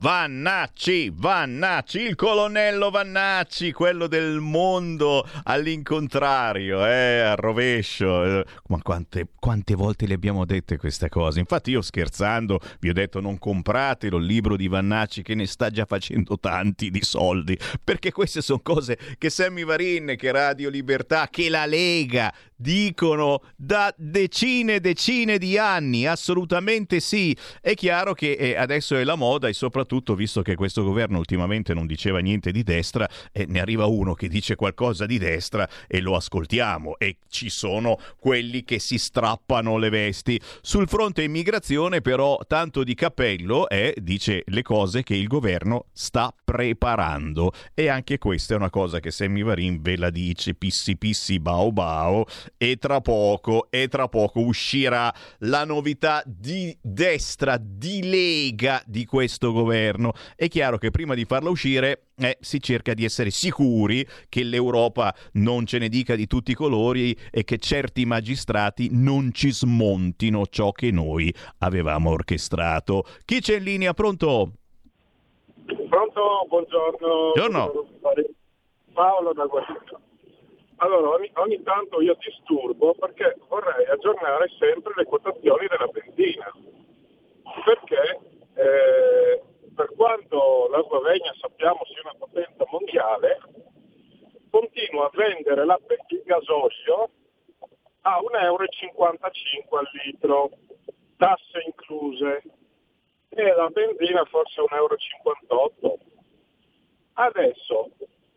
Vannacci, Vannacci, il colonnello Vannacci, quello del mondo all'incontrario, eh, al rovescio. Ma quante, quante volte le abbiamo dette queste cose? Infatti io scherzando vi ho detto non compratelo il libro di Vannacci che ne sta già facendo tanti di soldi, perché queste sono cose che Sammy Varin, che Radio Libertà, che la Lega dicono da decine e decine di anni. Assolutamente sì. È chiaro che eh, adesso è la moda, e soprattutto visto che questo governo ultimamente non diceva niente di destra, eh, ne arriva uno che dice qualcosa di destra e lo ascoltiamo, e ci sono quelli che si strappano le vesti. Sul fronte immigrazione però tanto di cappello, eh, dice le cose che il governo sta preparando, e anche questa è una cosa che Sammy Varin ve la dice pissi pissi bao bao. E tra poco, e tra poco uscirà la novità di destra, di Lega di questo governo. È chiaro che prima di farla uscire eh, si cerca di essere sicuri che l'Europa non ce ne dica di tutti i colori e che certi magistrati non ci smontino ciò che noi avevamo orchestrato. Chi c'è in linea? Pronto? Pronto, buongiorno. Buongiorno. Paolo da Guardia. Allora, ogni, ogni tanto io disturbo perché vorrei aggiornare sempre le quotazioni della benzina, perché eh, per quanto la Slovenia sappiamo sia una potenza mondiale, continua a vendere la, il gasolio a un euro e cinquantacinque al litro, tasse incluse, e la benzina forse un euro e cinquantotto. Adesso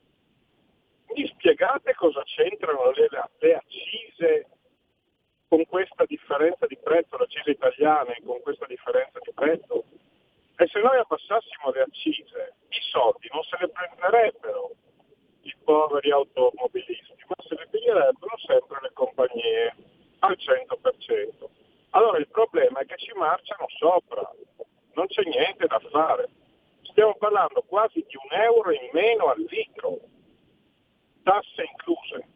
mi spiegate cosa c'entrano le, le accise con questa differenza di prezzo, le accise italiane con questa differenza di prezzo? E se noi abbassassimo le accise, i soldi non se ne prenderebbero i poveri automobilisti, ma se ne piglierebbero sempre le compagnie al cento per cento. Allora il problema è che ci marciano sopra, non c'è niente da fare. Stiamo parlando quasi di un euro in meno al litro. Tasse incluse.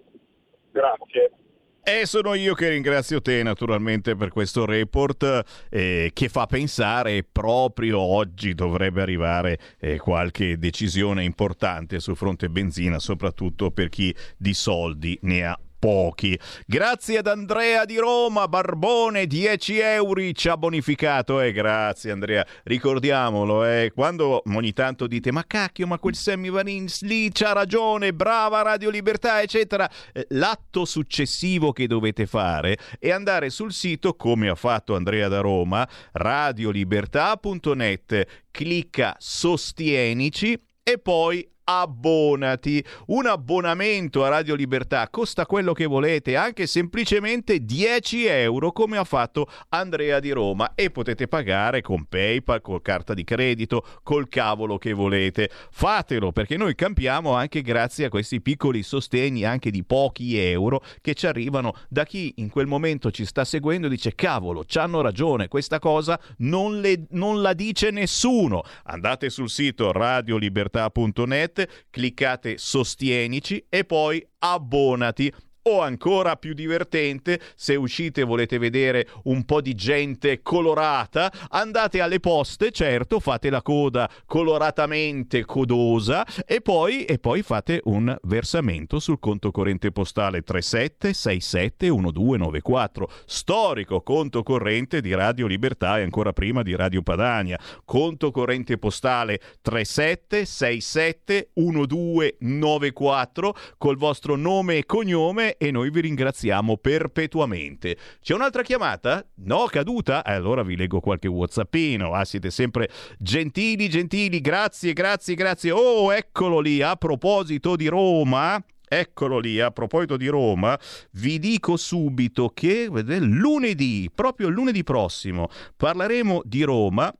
Grazie. E sono io che ringrazio te naturalmente per questo report eh, che fa pensare proprio oggi dovrebbe arrivare eh, qualche decisione importante sul fronte benzina, soprattutto per chi di soldi ne ha pochi. Grazie ad Andrea di Roma, Barbone, dieci euro ci ha bonificato, eh, grazie Andrea, ricordiamolo, eh, quando ogni tanto dite ma cacchio, ma quel Sammy Varin lì c'ha ragione, brava Radio Libertà eccetera, eh, l'atto successivo che dovete fare è andare sul sito, come ha fatto Andrea da Roma, radiolibertà punto net, clicca sostienici e poi abbonati. Un abbonamento a Radio Libertà costa quello che volete, anche semplicemente dieci euro, come ha fatto Andrea di Roma, e potete pagare con PayPal, con carta di credito, col cavolo che volete. Fatelo, perché noi campiamo anche grazie a questi piccoli sostegni, anche di pochi euro, che ci arrivano da chi in quel momento ci sta seguendo e dice cavolo, c'hanno ragione, questa cosa non, le, non la dice nessuno. Andate sul sito radiolibertà punto net, cliccate sostienici e poi abbonati. O ancora più divertente, se uscite e volete vedere un po' di gente colorata, andate alle poste, certo, fate la coda coloratamente codosa e poi, e poi fate un versamento sul conto corrente postale tre sette sei sette uno due nove quattro, storico conto corrente di Radio Libertà e ancora prima di Radio Padania. Conto corrente postale tre sette sei sette uno due nove quattro col vostro nome e cognome, e noi vi ringraziamo perpetuamente. C'è un'altra chiamata? No, caduta? Allora vi leggo qualche whatsappino. Ah, siete sempre gentili, gentili, grazie, grazie, grazie. Oh, eccolo lì, a proposito di Roma... Eccolo lì, a proposito di Roma, vi dico subito che lunedì, proprio lunedì prossimo, parleremo di Roma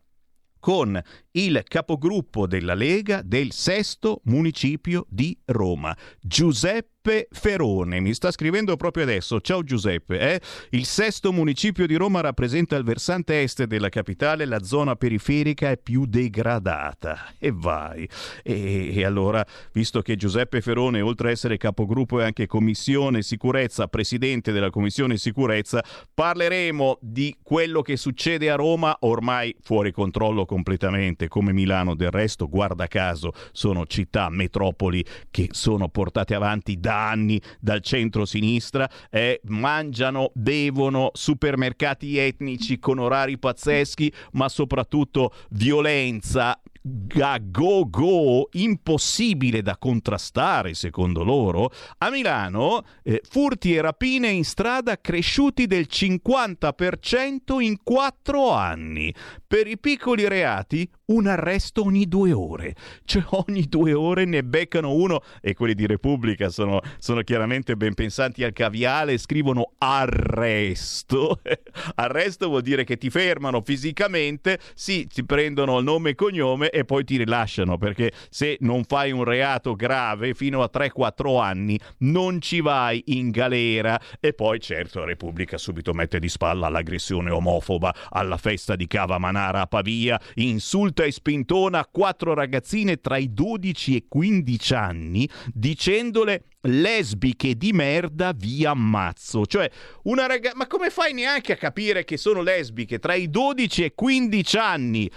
con il capogruppo della Lega del sesto municipio di Roma, Giuseppe Ferone. Mi sta scrivendo proprio adesso. Ciao Giuseppe. Eh? Il sesto municipio di Roma rappresenta il versante est della capitale, la zona periferica è più degradata. E vai. E, e allora, visto che Giuseppe Ferone, oltre a essere capogruppo, è anche commissione sicurezza, presidente della commissione sicurezza, parleremo di quello che succede a Roma, ormai fuori controllo completamente, che come Milano del resto, guarda caso, sono città, metropoli che sono portate avanti da anni dal centro-sinistra, eh, mangiano, bevono, supermercati etnici con orari pazzeschi, ma soprattutto violenza a go go, impossibile da contrastare secondo loro. A Milano eh, furti e rapine in strada cresciuti del cinquanta per cento in quattro anni. Per i piccoli reati un arresto ogni due ore, cioè ogni due ore ne beccano uno, e quelli di Repubblica sono, sono chiaramente ben pensanti al caviale e scrivono arresto. Arresto vuol dire che ti fermano fisicamente, sì, ti prendono il nome e cognome e poi ti rilasciano, perché se non fai un reato grave fino a tre quattro anni non ci vai in galera. E poi certo Repubblica subito mette di spalla all'aggressione omofoba alla festa di Cava Manara a Pavia, insulta e spintona quattro ragazzine tra i dodici e quindici anni dicendole lesbiche di merda, vi ammazzo. Cioè una ragazza, ma come fai neanche a capire che sono lesbiche tra i dodici e quindici anni?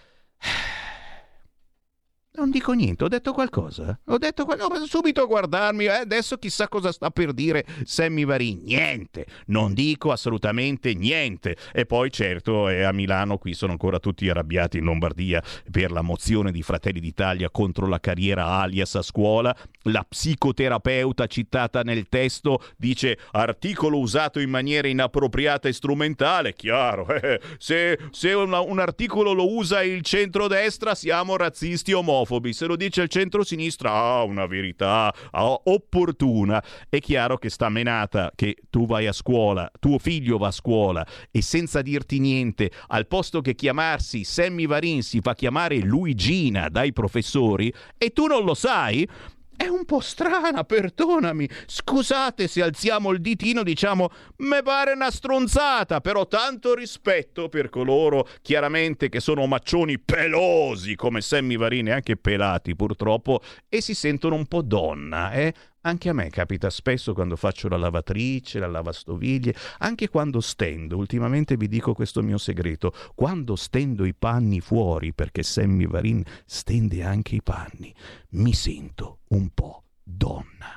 Non dico niente, ho detto qualcosa? Ho detto qual- no, subito a guardarmi, eh, adesso chissà cosa sta per dire Sammy Varin. Niente, non dico assolutamente niente. E poi certo eh, a Milano qui sono ancora tutti arrabbiati in Lombardia per la mozione di Fratelli d'Italia contro la carriera alias a scuola. La psicoterapeuta citata nel testo dice articolo usato in maniera inappropriata e strumentale. Chiaro, eh, se, se una, un articolo lo usa il centrodestra siamo razzisti omofobi. Se lo dice il centro-sinistra, ah, una verità ah, opportuna. È chiaro che sta menata che tu vai a scuola, tuo figlio va a scuola e senza dirti niente, al posto che chiamarsi Sammy Varin si fa chiamare Luigina dai professori e tu non lo sai? È un po' strana, perdonami. Scusate se alziamo il ditino, diciamo, me pare una stronzata, però tanto rispetto per coloro chiaramente che sono maccioni pelosi come Sammy Varin, e anche pelati purtroppo, e si sentono un po' donna, eh? Anche a me capita spesso quando faccio la lavatrice, la lavastoviglie, anche quando stendo. Ultimamente vi dico questo mio segreto: quando stendo i panni fuori, perché Sammy Varin stende anche i panni, mi sento un po' donna.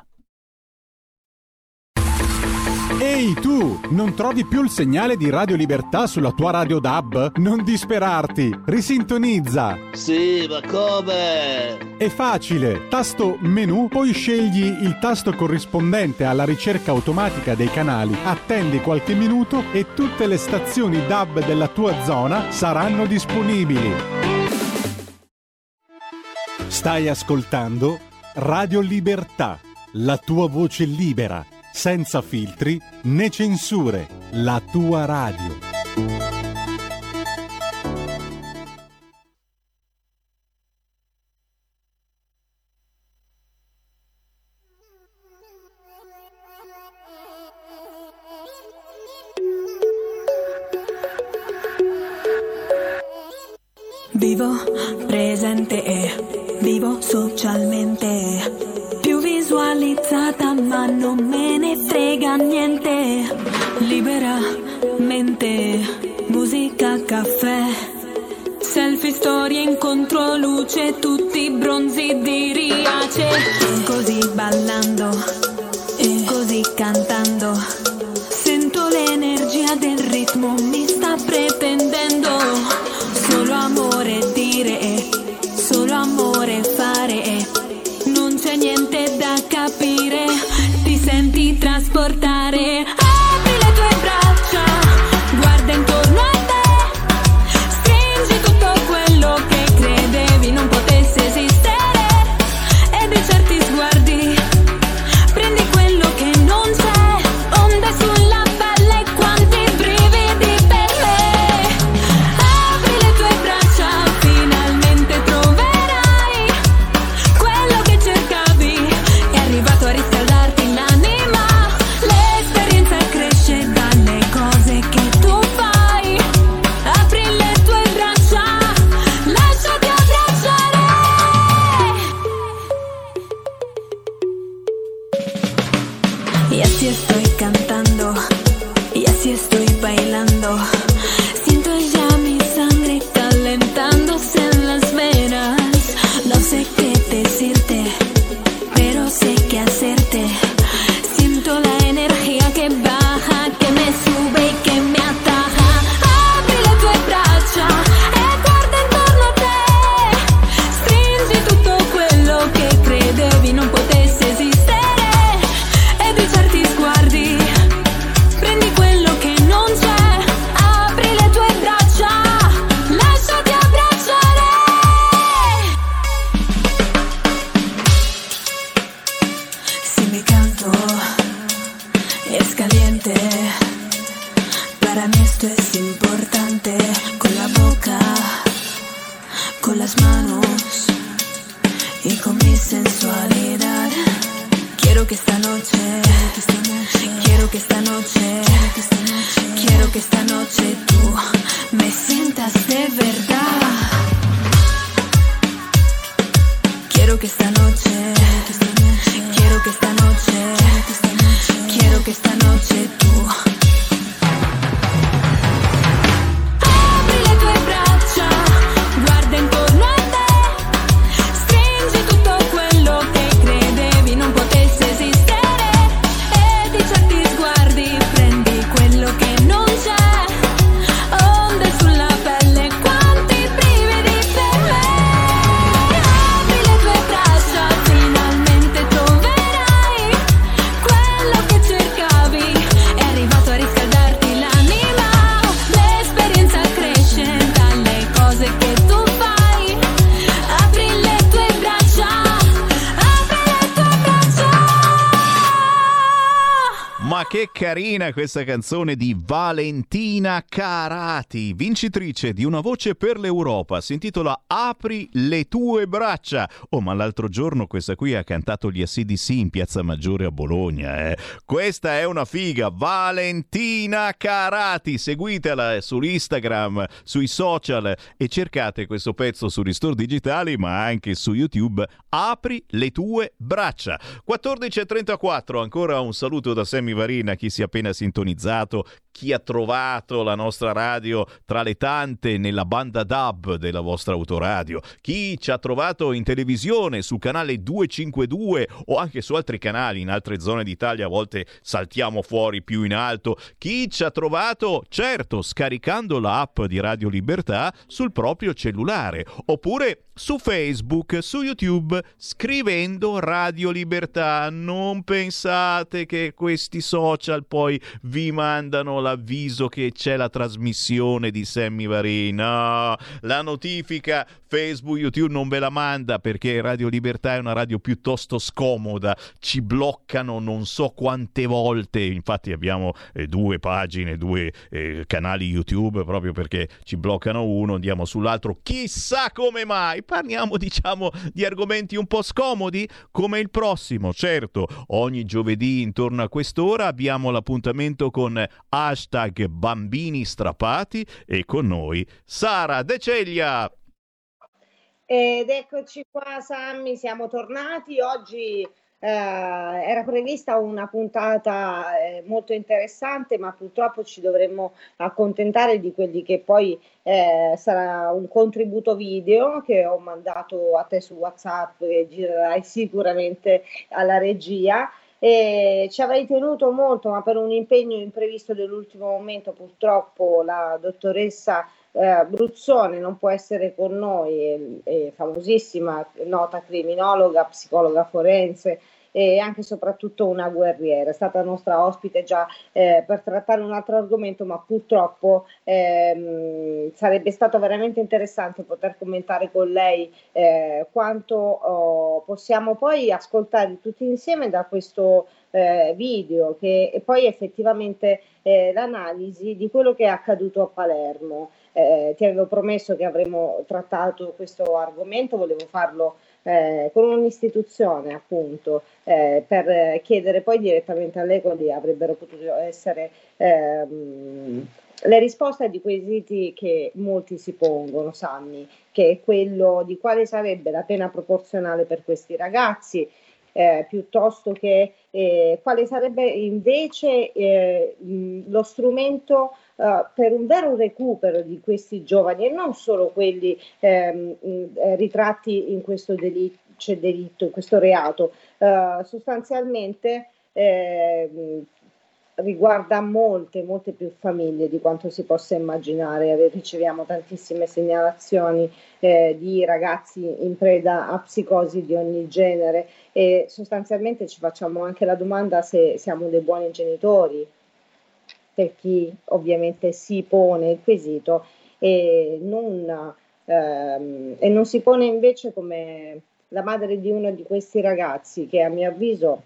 Ehi tu, non trovi più il segnale di Radio Libertà sulla tua radio D A B? Non disperarti, risintonizza! Sì, ma come? È facile, tasto menu, poi scegli il tasto corrispondente alla ricerca automatica dei canali, attendi qualche minuto e tutte le stazioni D A B della tua zona saranno disponibili. Stai ascoltando Radio Libertà, la tua voce libera, senza filtri né censure, la tua radio. Vivo presente e vivo socialmente. Più visualizzata ma non me ne frega niente. Liberamente, musica, caffè, selfie, storie in controluce, tutti bronzi di Riace. Così ballando e così cantando, sento l'energia del ritmo, mi sta pretendendo. Solo amore dire e solo amore fare e non c'è niente da capire, ti senti trasportare. Apri le tue braccia, guarda intorno a te, stringi tutto quello che credevi non potesse esistere, e di certi sguardi prendi quello che non c'è. Onde che carina questa canzone di Valentina Carati, vincitrice di Una voce per l'Europa. Si intitola Apri le tue braccia. Oh, ma l'altro giorno questa qui ha cantato gli A C D C in Piazza Maggiore a Bologna. Eh. Questa è una figa, Valentina Carati. Seguitela su Instagram, sui social e cercate questo pezzo sugli store digitali, ma anche su YouTube. Apri le tue braccia. quattordici e trentaquattro, ancora un saluto da Sammy Varina, chi si è appena sintonizzato, chi ha trovato la nostra radio tra le tante nella banda D A B della vostra autoradio, chi ci ha trovato in televisione sul canale duecentocinquantadue o anche su altri canali in altre zone d'Italia, a volte saltiamo fuori più in alto, chi ci ha trovato, certo, scaricando l'app di Radio Libertà sul proprio cellulare, oppure su Facebook, su YouTube, scrivendo Radio Libertà. Non pensate che questi social poi vi mandano l'avviso che c'è la trasmissione di Sammy Varin. No, la notifica Facebook, YouTube non ve la manda, perché Radio Libertà è una radio piuttosto scomoda, ci bloccano non so quante volte, infatti abbiamo eh, due pagine, due eh, canali YouTube, proprio perché ci bloccano uno, andiamo sull'altro, chissà come mai. Parliamo, diciamo, di argomenti un po' scomodi come il prossimo. Certo, ogni giovedì intorno a quest'ora abbiamo l'appuntamento con hashtag bambini strappati e con noi Sara De Ceglia. Ed eccoci qua, Sammy, siamo tornati. Oggi eh, era prevista una puntata eh, molto interessante, ma purtroppo ci dovremmo accontentare di quelli che poi eh, sarà un contributo video che ho mandato a te su WhatsApp, che girerai sicuramente alla regia. E ci avrei tenuto molto, ma per un impegno imprevisto dell'ultimo momento purtroppo la dottoressa eh, Bruzzone non può essere con noi, è, è famosissima, nota criminologa, psicologa forense e anche e soprattutto una guerriera. È stata nostra ospite già eh, per trattare un altro argomento, ma purtroppo ehm, sarebbe stato veramente interessante poter commentare con lei eh, quanto oh, possiamo poi ascoltare tutti insieme da questo eh, video, che è poi effettivamente eh, l'analisi di quello che è accaduto a Palermo. Eh, ti avevo promesso che avremmo trattato questo argomento, volevo farlo Eh, con un'istituzione appunto eh, per chiedere poi direttamente a lei quali avrebbero potuto essere ehm, le risposte di quesiti che molti si pongono, Sammy, che è quello di quale sarebbe la pena proporzionale per questi ragazzi, eh, piuttosto che eh, quale sarebbe invece eh, lo strumento Uh, per un vero recupero di questi giovani e non solo quelli ehm, eh, ritratti in questo delitto, cioè delitto, in questo reato. Uh, sostanzialmente eh, riguarda molte, molte più famiglie di quanto si possa immaginare. Riceviamo tantissime segnalazioni eh, di ragazzi in preda a psicosi di ogni genere e sostanzialmente ci facciamo anche la domanda se siamo dei buoni genitori, per chi ovviamente si pone il quesito e non, ehm, e non si pone invece come la madre di uno di questi ragazzi che a mio avviso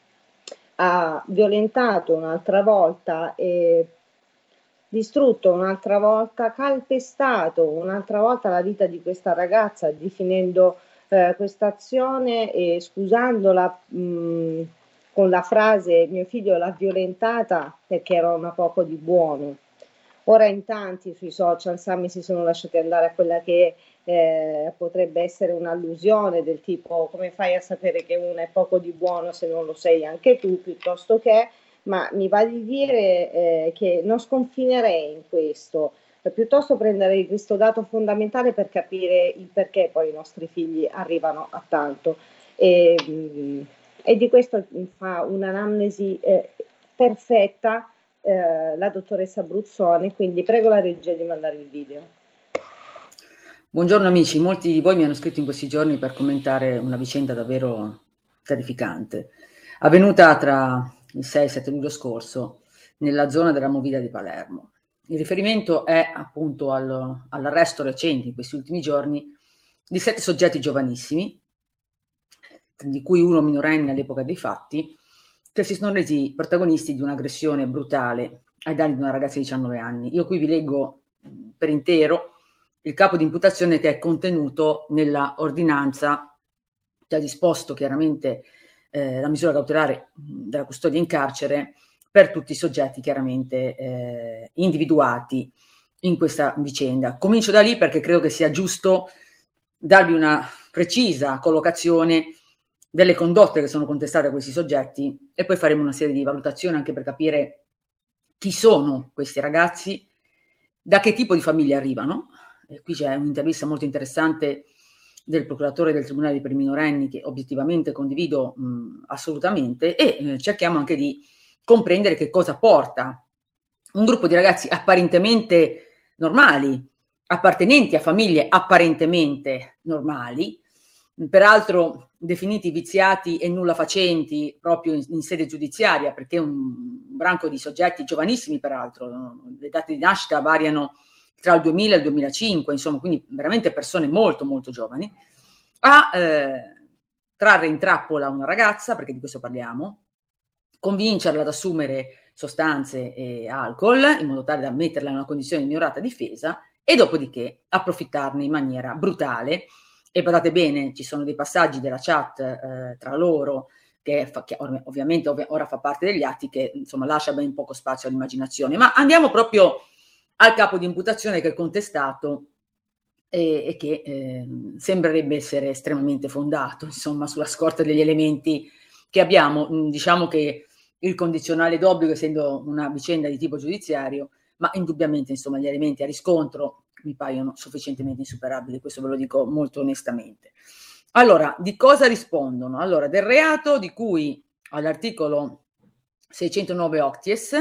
ha violentato un'altra volta e distrutto un'altra volta, calpestato un'altra volta la vita di questa ragazza, definendo eh, questa azione e scusandola mh, con la frase mio figlio l'ha violentata perché era una poco di buono. Ora in tanti sui social, Sammy, si sono lasciati andare a quella che eh, potrebbe essere un'allusione del tipo come fai a sapere che uno è poco di buono se non lo sei anche tu, piuttosto che, ma mi va di dire eh, che non sconfinerei in questo, piuttosto prenderei questo dato fondamentale per capire il perché poi i nostri figli arrivano a tanto. E, mh, E di questo fa un'anamnesi eh, perfetta eh, la dottoressa Bruzzone, quindi prego la regia di mandare il video. Buongiorno amici, molti di voi mi hanno scritto in questi giorni per commentare una vicenda davvero terrificante, avvenuta tra il sei e il sette luglio scorso nella zona della Movida di Palermo. Il riferimento è appunto al, all'arresto recente in questi ultimi giorni di sette soggetti giovanissimi, di cui uno minorenne all'epoca dei fatti, che si sono resi protagonisti di un'aggressione brutale ai danni di una ragazza di diciannove anni. Io qui vi leggo per intero il capo di imputazione che è contenuto nella ordinanza che ha disposto chiaramente eh, la misura cautelare della custodia in carcere per tutti i soggetti chiaramente eh, individuati in questa vicenda. Comincio da lì perché credo che sia giusto darvi una precisa collocazione delle condotte che sono contestate a questi soggetti e poi faremo una serie di valutazioni anche per capire chi sono questi ragazzi, da che tipo di famiglia arrivano. E qui c'è un'intervista molto interessante del procuratore del Tribunale per i minorenni che obiettivamente condivido mh, assolutamente e eh, cerchiamo anche di comprendere che cosa porta un gruppo di ragazzi apparentemente normali, appartenenti a famiglie apparentemente normali, peraltro definiti viziati e nulla facenti proprio in, in sede giudiziaria, perché un branco di soggetti giovanissimi peraltro, le date di nascita variano tra il duemila e il duemilacinque, insomma, quindi veramente persone molto molto giovani, a eh, trarre in trappola una ragazza, perché di questo parliamo, convincerla ad assumere sostanze e alcol in modo tale da metterla in una condizione di migliorata difesa e dopodiché approfittarne in maniera brutale. E badate bene, ci sono dei passaggi della chat eh, tra loro che, fa, che ov- ovviamente ov- ora fa parte degli atti che insomma lascia ben poco spazio all'immaginazione, ma andiamo proprio al capo di imputazione che è contestato e, e che eh, sembrerebbe essere estremamente fondato, insomma, sulla scorta degli elementi che abbiamo. Diciamo che il condizionale d'obbligo, essendo una vicenda di tipo giudiziario, ma indubbiamente insomma gli elementi a riscontro mi paiono sufficientemente insuperabili, questo ve lo dico molto onestamente. Allora, di cosa rispondono? Allora, del reato di cui all'articolo seicentonove Octies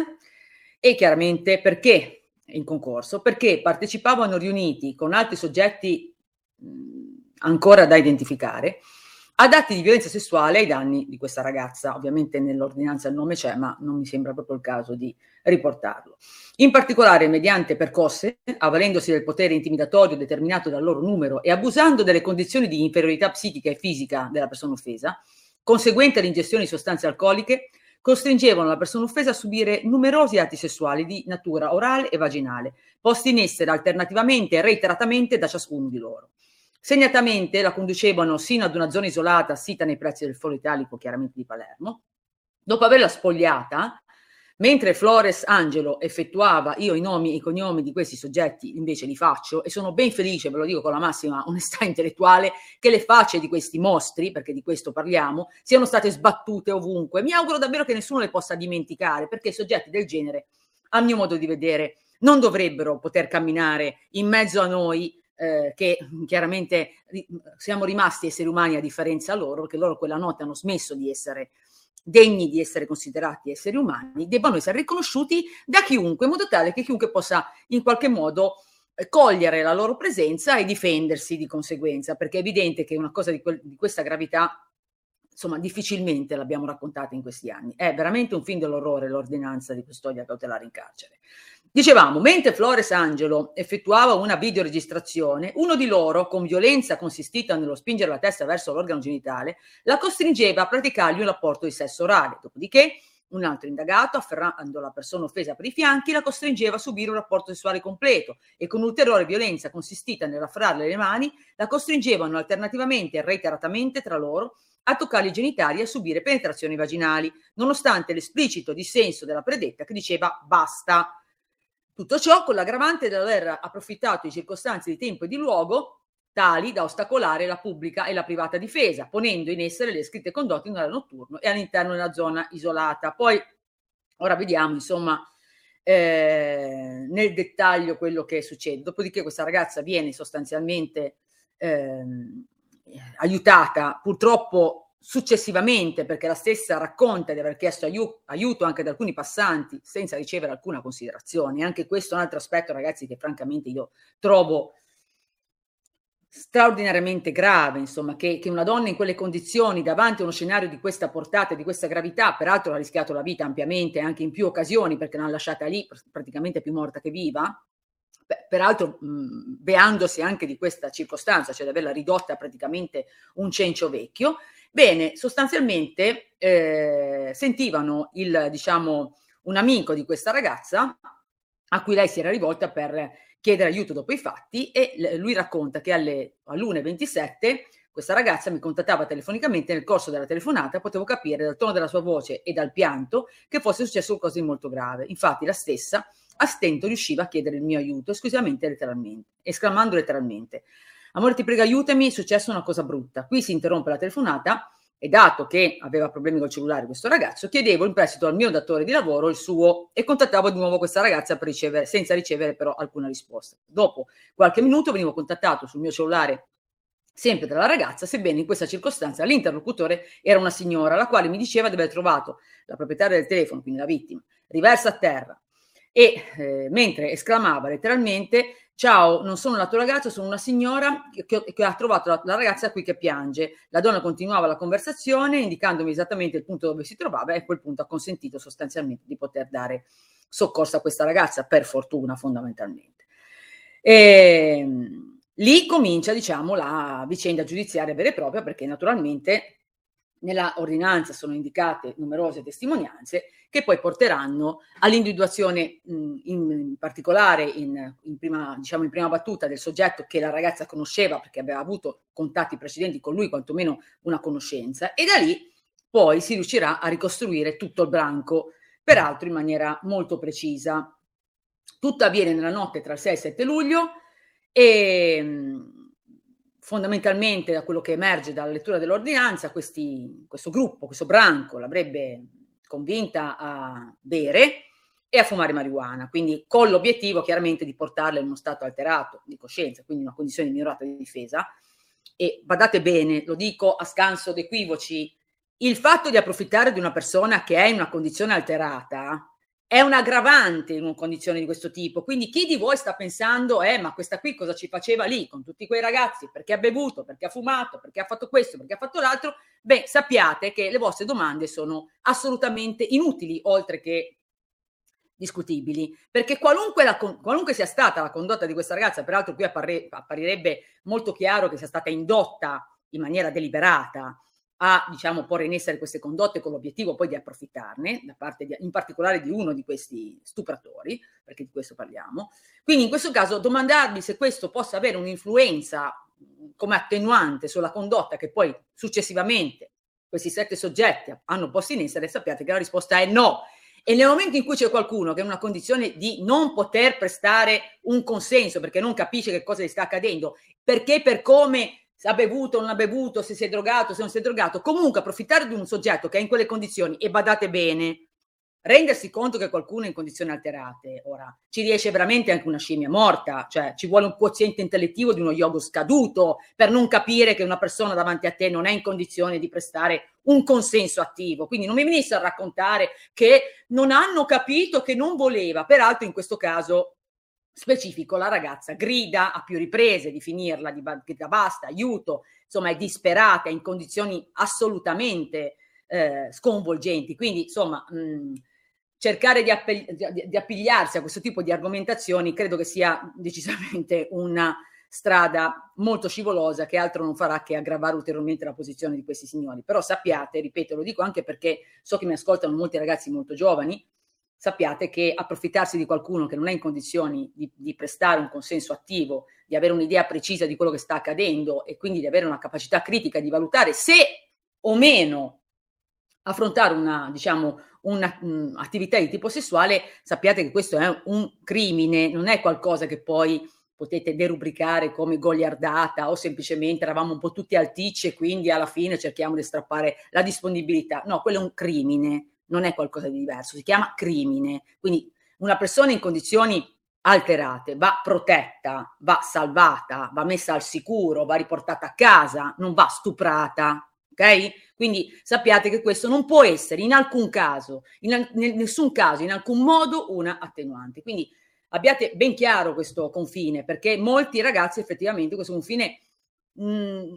e chiaramente perché in concorso, perché partecipavano riuniti con altri soggetti mh, ancora da identificare ad atti di violenza sessuale ai danni di questa ragazza. Ovviamente nell'ordinanza il nome c'è, ma non mi sembra proprio il caso di riportarlo. In particolare mediante percosse, avvalendosi del potere intimidatorio determinato dal loro numero e abusando delle condizioni di inferiorità psichica e fisica della persona offesa, conseguente all'ingestione di sostanze alcoliche, costringevano la persona offesa a subire numerosi atti sessuali di natura orale e vaginale, posti in essere alternativamente e reiteratamente da ciascuno di loro. Segnatamente la conducevano sino ad una zona isolata sita nei pressi del Foro Italico, chiaramente di Palermo. Dopo averla spogliata, mentre Flores Angelo effettuava, io i nomi e i cognomi di questi soggetti invece li faccio e sono ben felice, ve lo dico con la massima onestà intellettuale, che le facce di questi mostri, perché di questo parliamo, siano state sbattute ovunque. Mi auguro davvero che nessuno le possa dimenticare, perché soggetti del genere, a mio modo di vedere, non dovrebbero poter camminare in mezzo a noi, Eh, che chiaramente ri- siamo rimasti esseri umani a differenza loro, perché loro quella notte hanno smesso di essere degni di essere considerati esseri umani, debbano essere riconosciuti da chiunque, in modo tale che chiunque possa in qualche modo eh, cogliere la loro presenza e difendersi di conseguenza, perché è evidente che una cosa di, que- di questa gravità, insomma, difficilmente l'abbiamo raccontata in questi anni. È veramente un film dell'orrore l'ordinanza di custodia cautelare in carcere. Dicevamo, mentre Flores Angelo effettuava una videoregistrazione, uno di loro, con violenza consistita nello spingere la testa verso l'organo genitale, la costringeva a praticargli un rapporto di sesso orale. Dopodiché, un altro indagato, afferrando la persona offesa per i fianchi, la costringeva a subire un rapporto sessuale completo e con ulteriore violenza consistita nell'afferrarle le mani, la costringevano alternativamente e reiteratamente tra loro a toccare i genitali e a subire penetrazioni vaginali, nonostante l'esplicito dissenso della predetta che diceva basta. Tutto ciò con l'aggravante di aver approfittato di circostanze di tempo e di luogo tali da ostacolare la pubblica e la privata difesa, ponendo in essere le scritte condotte in orario notturno e all'interno della zona isolata. Poi, ora vediamo, insomma, eh, nel dettaglio quello che succede. Dopodiché questa ragazza viene sostanzialmente eh, aiutata, purtroppo successivamente, perché la stessa racconta di aver chiesto aiuto, aiuto anche ad alcuni passanti senza ricevere alcuna considerazione. Anche questo è un altro aspetto, ragazzi, che francamente io trovo straordinariamente grave, insomma, che, che una donna in quelle condizioni, davanti a uno scenario di questa portata e di questa gravità, peraltro ha rischiato la vita ampiamente anche in più occasioni, perché l'hanno lasciata lì praticamente più morta che viva, peraltro mh, beandosi anche di questa circostanza, cioè di averla ridotta praticamente un cencio vecchio. Bene, sostanzialmente eh, sentivano il, diciamo, un amico di questa ragazza a cui lei si era rivolta per chiedere aiuto dopo i fatti, e lui racconta che alle all'una e ventisette questa ragazza mi contattava telefonicamente. Nel corso della telefonata potevo capire dal tono della sua voce e dal pianto che fosse successo qualcosa di molto grave. Infatti la stessa a stento riusciva a chiedere il mio aiuto esclusivamente letteralmente, esclamando letteralmente: amore, ti prego, aiutami, è successa una cosa brutta. Qui si interrompe la telefonata e, dato che aveva problemi col cellulare questo ragazzo, chiedevo in prestito al mio datore di lavoro il suo e contattavo di nuovo questa ragazza per ricevere, senza ricevere però alcuna risposta. Dopo qualche minuto venivo contattato sul mio cellulare sempre dalla ragazza, sebbene in questa circostanza l'interlocutore era una signora, la quale mi diceva di aver trovato la proprietaria del telefono, quindi la vittima, riversa a terra e eh, mentre esclamava letteralmente: ciao, non sono la tua ragazza, sono una signora che, che, che ha trovato la, la ragazza qui che piange. La donna continuava la conversazione indicandomi esattamente il punto dove si trovava, e a quel punto ha consentito sostanzialmente di poter dare soccorso a questa ragazza, per fortuna fondamentalmente. E lì comincia, diciamo, la vicenda giudiziaria vera e propria, perché naturalmente nella ordinanza sono indicate numerose testimonianze che poi porteranno all'individuazione mh, in particolare in, in, prima, diciamo in prima battuta del soggetto che la ragazza conosceva, perché aveva avuto contatti precedenti con lui, quantomeno una conoscenza, e da lì poi si riuscirà a ricostruire tutto il branco, peraltro in maniera molto precisa. Tutto avviene nella notte tra il sei e il sette luglio e mh, fondamentalmente, da quello che emerge dalla lettura dell'ordinanza, questi, questo gruppo, questo branco l'avrebbe convinta a bere e a fumare marijuana, quindi con l'obiettivo chiaramente di portarla in uno stato alterato di coscienza, quindi in una condizione migliorata di difesa. E badate bene, lo dico a scanso di equivoci, il fatto di approfittare di una persona che è in una condizione alterata è un aggravante in una condizione di questo tipo. Quindi chi di voi sta pensando, eh, ma questa qui cosa ci faceva lì con tutti quei ragazzi, perché ha bevuto, perché ha fumato, perché ha fatto questo, perché ha fatto l'altro, beh, sappiate che le vostre domande sono assolutamente inutili, oltre che discutibili, perché qualunque, la, qualunque sia stata la condotta di questa ragazza, peraltro qui appare, apparirebbe molto chiaro che sia stata indotta in maniera deliberata a, diciamo, porre in essere queste condotte con l'obiettivo poi di approfittarne, da parte di, in particolare di uno di questi stupratori, perché di questo parliamo. Quindi in questo caso domandarvi se questo possa avere un'influenza come attenuante sulla condotta che poi successivamente questi sette soggetti hanno posto in essere, sappiate che la risposta è no. E nel momento in cui c'è qualcuno che è in una condizione di non poter prestare un consenso perché non capisce che cosa gli sta accadendo, perché per come se ha bevuto o non ha bevuto, se si è drogato, se non si è drogato, comunque approfittare di un soggetto che è in quelle condizioni, e badate bene, rendersi conto che qualcuno è in condizioni alterate, ora ci riesce veramente anche una scimmia morta, cioè ci vuole un quoziente intellettivo di uno yogo scaduto per non capire che una persona davanti a te non è in condizione di prestare un consenso attivo. Quindi non mi venisse a raccontare che non hanno capito, che non voleva. Peraltro in questo caso specifico la ragazza grida a più riprese di finirla, di grida basta, aiuto, insomma è disperata, è in condizioni assolutamente eh, sconvolgenti. Quindi insomma mh, cercare di, appe- di, di appigliarsi a questo tipo di argomentazioni credo che sia decisamente una strada molto scivolosa, che altro non farà che aggravare ulteriormente la posizione di questi signori. Però sappiate, ripeto, lo dico anche perché so che mi ascoltano molti ragazzi molto giovani, sappiate che approfittarsi di qualcuno che non è in condizioni di, di prestare un consenso attivo, di avere un'idea precisa di quello che sta accadendo e quindi di avere una capacità critica di valutare se o meno affrontare una, diciamo, un'attività di tipo sessuale, sappiate che questo è un crimine, non è qualcosa che poi potete derubricare come goliardata o semplicemente eravamo un po' tutti alticci e quindi alla fine cerchiamo di strappare la disponibilità. No, quello è un crimine. Non è qualcosa di diverso, si chiama crimine. Quindi una persona in condizioni alterate va protetta, va salvata, va messa al sicuro, va riportata a casa, non va stuprata, ok? Quindi sappiate che questo non può essere in alcun caso, in nessun caso, in alcun modo una attenuante. Quindi abbiate ben chiaro questo confine, perché molti ragazzi effettivamente questo confine mh,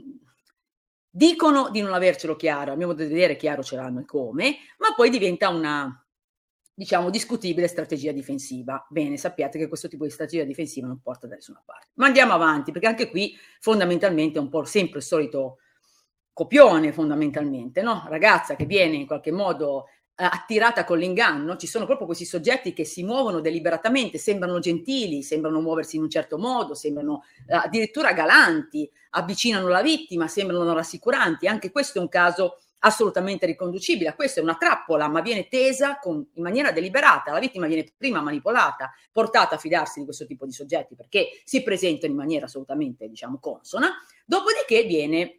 dicono di non avercelo chiaro, a mio modo di vedere chiaro ce l'hanno e come, ma poi diventa una, diciamo, discutibile strategia difensiva. Bene, sappiate che questo tipo di strategia difensiva non porta da nessuna parte. Ma andiamo avanti, perché anche qui fondamentalmente è un po' sempre il solito copione, fondamentalmente, no? Ragazza che viene in qualche modo eh, attirata con l'inganno. Ci sono proprio questi soggetti che si muovono deliberatamente, sembrano gentili, sembrano muoversi in un certo modo, sembrano eh, addirittura galanti, avvicinano la vittima, sembrano rassicuranti. Anche questo è un caso assolutamente riconducibile. Questa è una trappola, ma viene tesa con, in maniera deliberata. La vittima viene prima manipolata, portata a fidarsi di questo tipo di soggetti perché si presentano in maniera assolutamente, diciamo, consona, dopodiché viene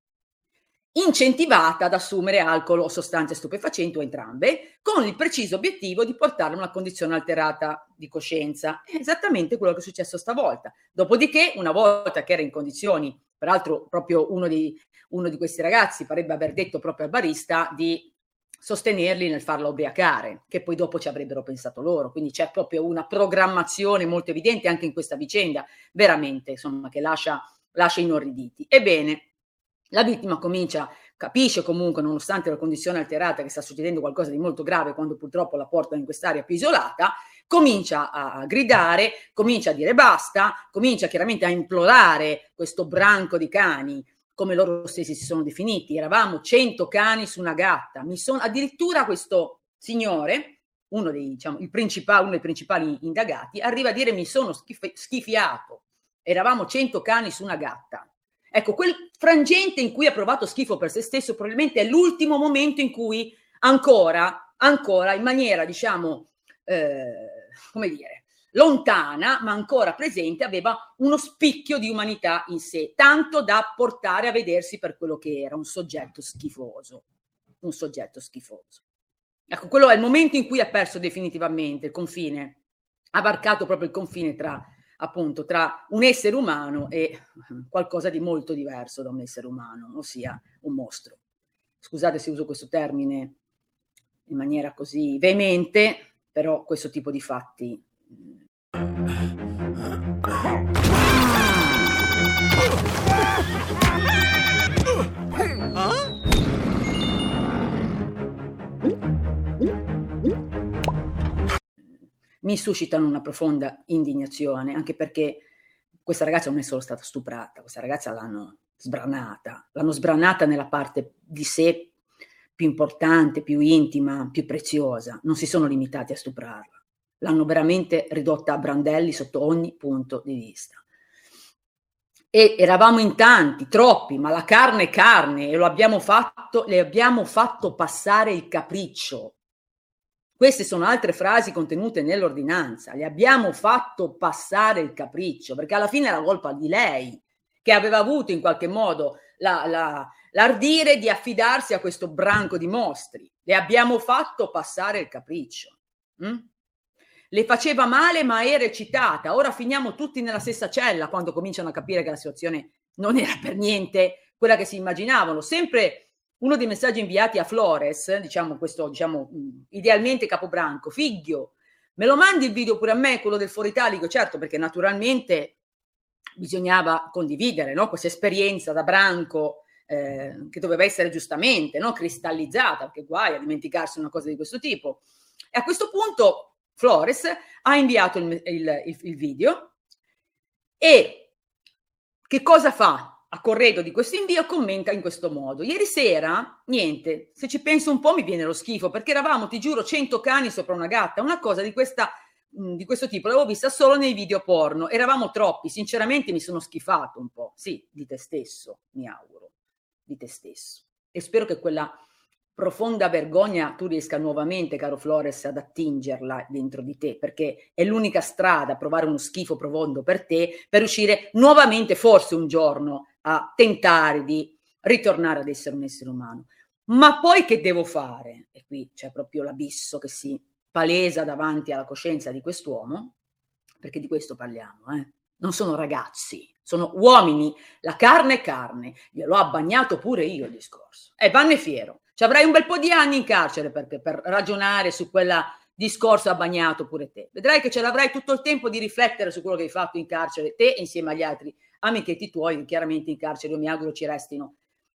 incentivata ad assumere alcol o sostanze stupefacenti o entrambe, con il preciso obiettivo di portarla a una condizione alterata di coscienza. È esattamente quello che è successo stavolta. Dopodiché, una volta che era in condizioni, peraltro proprio uno di uno di questi ragazzi parebbe aver detto proprio al barista di sostenerli nel farla ubriacare, che poi dopo ci avrebbero pensato loro. Quindi c'è proprio una programmazione molto evidente anche in questa vicenda, veramente, insomma, che lascia, lascia inorriditi. Ebbene, la vittima comincia, capisce comunque, nonostante la condizione alterata, che sta succedendo qualcosa di molto grave quando purtroppo la portano in quest'area più isolata, comincia a gridare, comincia a dire basta, comincia chiaramente a implorare questo branco di cani, come loro stessi si sono definiti. Eravamo cento cani su una gatta. Mi sono addirittura questo signore, uno dei, diciamo, il principale, uno dei principali indagati, arriva a dire mi sono schif- schifiato. Eravamo cento cani su una gatta. Ecco, quel frangente in cui ha provato schifo per se stesso probabilmente è l'ultimo momento in cui ancora, ancora in maniera, diciamo, eh, come dire, lontana ma ancora presente, aveva uno spicchio di umanità in sé, tanto da portare a vedersi per quello che era, un soggetto schifoso, un soggetto schifoso. Ecco, quello è il momento in cui ha perso definitivamente il confine, ha varcato proprio il confine tra, appunto, tra un essere umano e qualcosa di molto diverso da un essere umano, ossia un mostro. Scusate se uso questo termine in maniera così veemente, però questo tipo di fatti mi suscitano una profonda indignazione, anche perché questa ragazza non è solo stata stuprata, questa ragazza l'hanno sbranata, l'hanno sbranata nella parte di sé più importante, più intima, più preziosa. Non si sono limitati a stuprarla, l'hanno veramente ridotta a brandelli sotto ogni punto di vista. E eravamo in tanti, troppi, ma la carne è carne e lo abbiamo fatto, le abbiamo fatto passare il capriccio. Queste sono altre frasi contenute nell'ordinanza. Le abbiamo fatto passare il capriccio, perché alla fine era colpa di lei, che aveva avuto in qualche modo la, la, l'ardire di affidarsi a questo branco di mostri. Le abbiamo fatto passare il capriccio. Mm? Le faceva male, ma era eccitata. Ora finiamo tutti nella stessa cella quando cominciano a capire che la situazione non era per niente quella che si immaginavano. Sempre uno dei messaggi inviati a Flores, diciamo questo, diciamo, idealmente capobranco, Figlio, me lo mandi il video pure a me, quello del Foro Italico? Certo, perché naturalmente bisognava condividere, no? Questa esperienza da branco eh, che doveva essere giustamente, no? Cristallizzata, perché guai a dimenticarsi una cosa di questo tipo. E a questo punto Flores ha inviato il, il, il, il video e che cosa fa? A corredo di questo invio commenta in questo modo: ieri sera, niente, se ci penso un po' mi viene lo schifo, perché eravamo, ti giuro, cento cani sopra una gatta, una cosa di, questa, di questo tipo l'avevo vista solo nei video porno, eravamo troppi, sinceramente mi sono schifato un po', sì, di te stesso, mi auguro, di te stesso. E spero che quella profonda vergogna tu riesca nuovamente, caro Flores, ad attingerla dentro di te, perché è l'unica strada, provare uno schifo profondo per te, per riuscire nuovamente, forse un giorno, a tentare di ritornare ad essere un essere umano. Ma poi che devo fare? E qui c'è proprio l'abisso che si palesa davanti alla coscienza di quest'uomo, perché di questo parliamo, eh? Non sono ragazzi, sono uomini, la carne è carne, glielo ha bagnato pure io il discorso. E vanne fiero, ci avrai un bel po' di anni in carcere perché, per ragionare su quella discorso ha bagnato pure te. Vedrai che ce l'avrai tutto il tempo di riflettere su quello che hai fatto in carcere, te insieme agli altri amichetti tuoi, chiaramente in carcere io mi auguro ci restino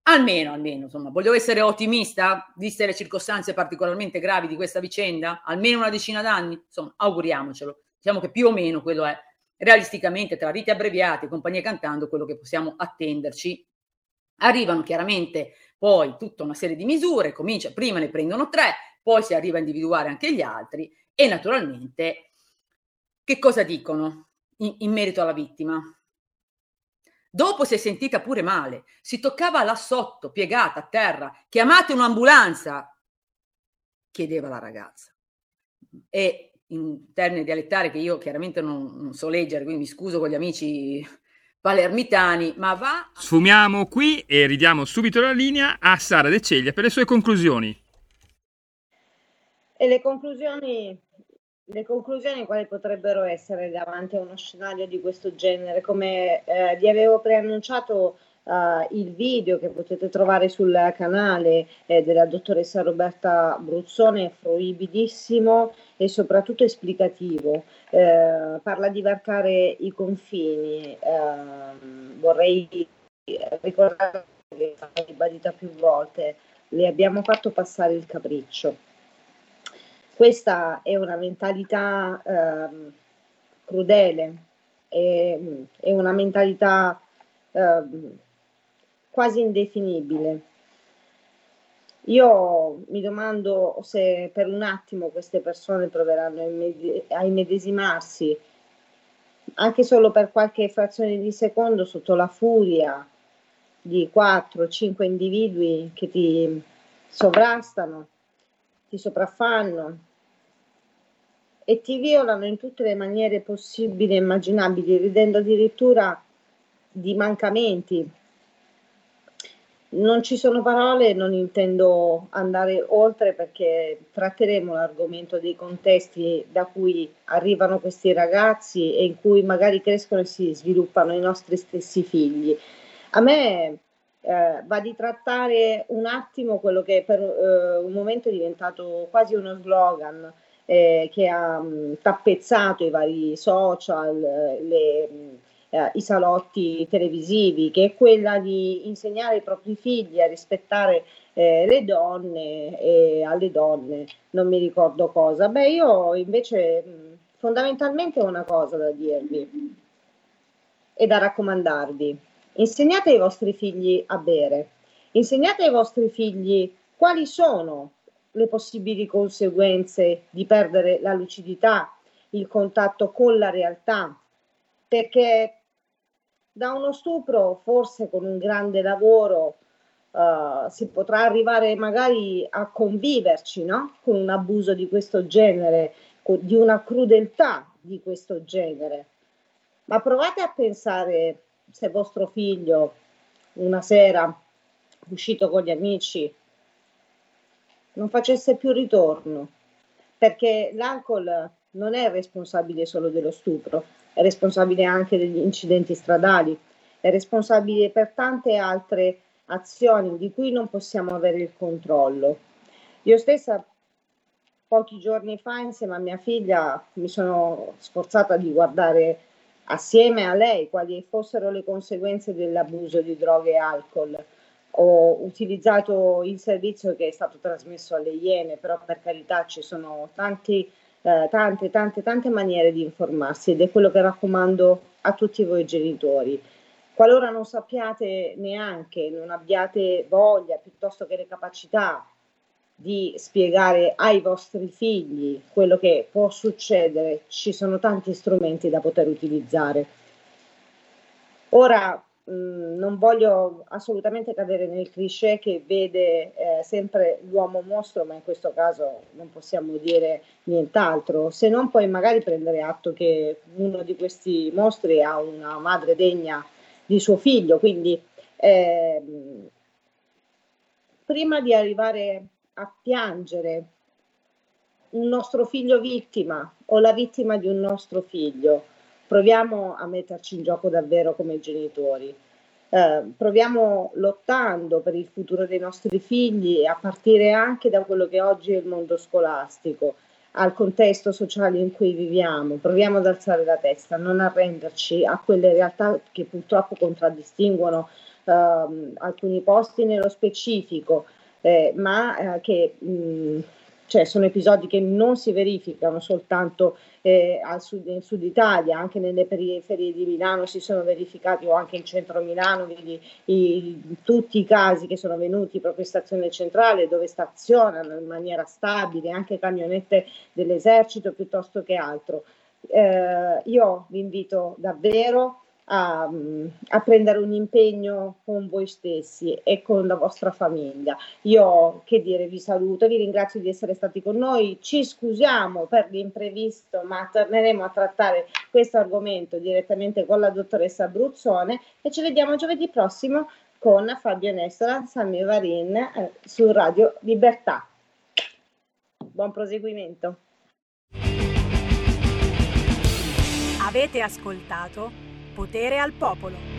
Almeno, almeno, insomma, voglio essere ottimista, viste le circostanze particolarmente gravi di questa vicenda, almeno una decina d'anni, insomma, auguriamocelo. Diciamo che più o meno quello è realisticamente, tra riti abbreviati e compagnie cantando, quello che possiamo attenderci. Arrivano chiaramente poi tutta una serie di misure, comincia, prima ne prendono tre, poi si arriva a individuare anche gli altri e naturalmente che cosa dicono in, in merito alla vittima? Dopo si è sentita pure male, si toccava là sotto, piegata a terra, chiamate un'ambulanza, chiedeva la ragazza. E in un termine dialettale che io chiaramente non, non so leggere, quindi mi scuso con gli amici palermitani, ma va... Sfumiamo qui e ridiamo subito la linea a Sara De Ceglia per le sue conclusioni. E le conclusioni... Le conclusioni quali potrebbero essere davanti a uno scenario di questo genere? Come eh, vi avevo preannunciato eh, il video che potete trovare sul canale eh, della dottoressa Roberta Bruzzone, è fruibilissimo e soprattutto esplicativo. Eh, parla di varcare i confini. Eh, vorrei ricordare che l'ho ribadita più volte, le abbiamo fatto passare il capriccio. Questa è una mentalità eh, crudele, è, è una mentalità eh, quasi indefinibile. Io mi domando se per un attimo queste persone proveranno a immedesimarsi, anche solo per qualche frazione di secondo, sotto la furia di quattro cinque individui che ti sovrastano, ti sopraffanno e ti violano in tutte le maniere possibili e immaginabili, ridendo addirittura di mancamenti. Non ci sono parole, non intendo andare oltre perché tratteremo l'argomento dei contesti da cui arrivano questi ragazzi e in cui magari crescono e si sviluppano i nostri stessi figli. A me eh, va di trattare un attimo quello che per eh, un momento è diventato quasi uno slogan, Eh, che ha mh, tappezzato i vari social, eh, le, mh, eh, i salotti televisivi, che è quella di insegnare ai propri figli a rispettare eh, le donne e alle donne, non mi ricordo cosa. Beh, io invece mh, fondamentalmente ho una cosa da dirvi e da raccomandarvi. Insegnate ai vostri figli a bere, insegnate ai vostri figli quali sono le possibili conseguenze di perdere la lucidità, il contatto con la realtà, perché da uno stupro, forse con un grande lavoro, uh, si potrà arrivare magari a conviverci, no? Con un abuso di questo genere, con, di una crudeltà di questo genere. Ma provate a pensare se vostro figlio una sera, uscito con gli amici, non facesse più ritorno, perché l'alcol non è responsabile solo dello stupro, è responsabile anche degli incidenti stradali, è responsabile per tante altre azioni di cui non possiamo avere il controllo. Io stessa pochi giorni fa insieme a mia figlia mi sono sforzata di guardare assieme a lei quali fossero le conseguenze dell'abuso di droghe e alcol. Ho utilizzato il servizio che è stato trasmesso alle Iene, però per carità ci sono tanti, eh, tante, tante, tante maniere di informarsi ed è quello che raccomando a tutti voi genitori. Qualora non sappiate neanche, non abbiate voglia piuttosto che le capacità di spiegare ai vostri figli quello che può succedere, ci sono tanti strumenti da poter utilizzare. Ora, non voglio assolutamente cadere nel cliché che vede eh, sempre l'uomo mostro, ma in questo caso non possiamo dire nient'altro, se non poi magari prendere atto che uno di questi mostri ha una madre degna di suo figlio, quindi eh, prima di arrivare a piangere un nostro figlio vittima o la vittima di un nostro figlio, proviamo a metterci in gioco davvero come genitori, eh, proviamo lottando per il futuro dei nostri figli, a partire anche da quello che oggi è il mondo scolastico, al contesto sociale in cui viviamo, proviamo ad alzare la testa, non arrenderci a quelle realtà che purtroppo contraddistinguono ehm, alcuni posti nello specifico, eh, ma eh, che mh, cioè sono episodi che non si verificano soltanto eh, al sud, nel sud Italia, anche nelle periferie di Milano si sono verificati, o anche in centro Milano, vedi i, tutti i casi che sono venuti proprio in stazione centrale, dove stazionano in maniera stabile anche camionette dell'esercito piuttosto che altro. Eh, io vi invito davvero A, a prendere un impegno con voi stessi e con la vostra famiglia. Io, che dire, vi saluto, vi ringrazio di essere stati con noi, ci scusiamo per l'imprevisto, ma torneremo a trattare questo argomento direttamente con la dottoressa Bruzzone e ci vediamo giovedì prossimo con Fabio Nestola, Sammy Varin eh, su Radio Libertà. Buon proseguimento. Avete ascoltato Potere al Popolo.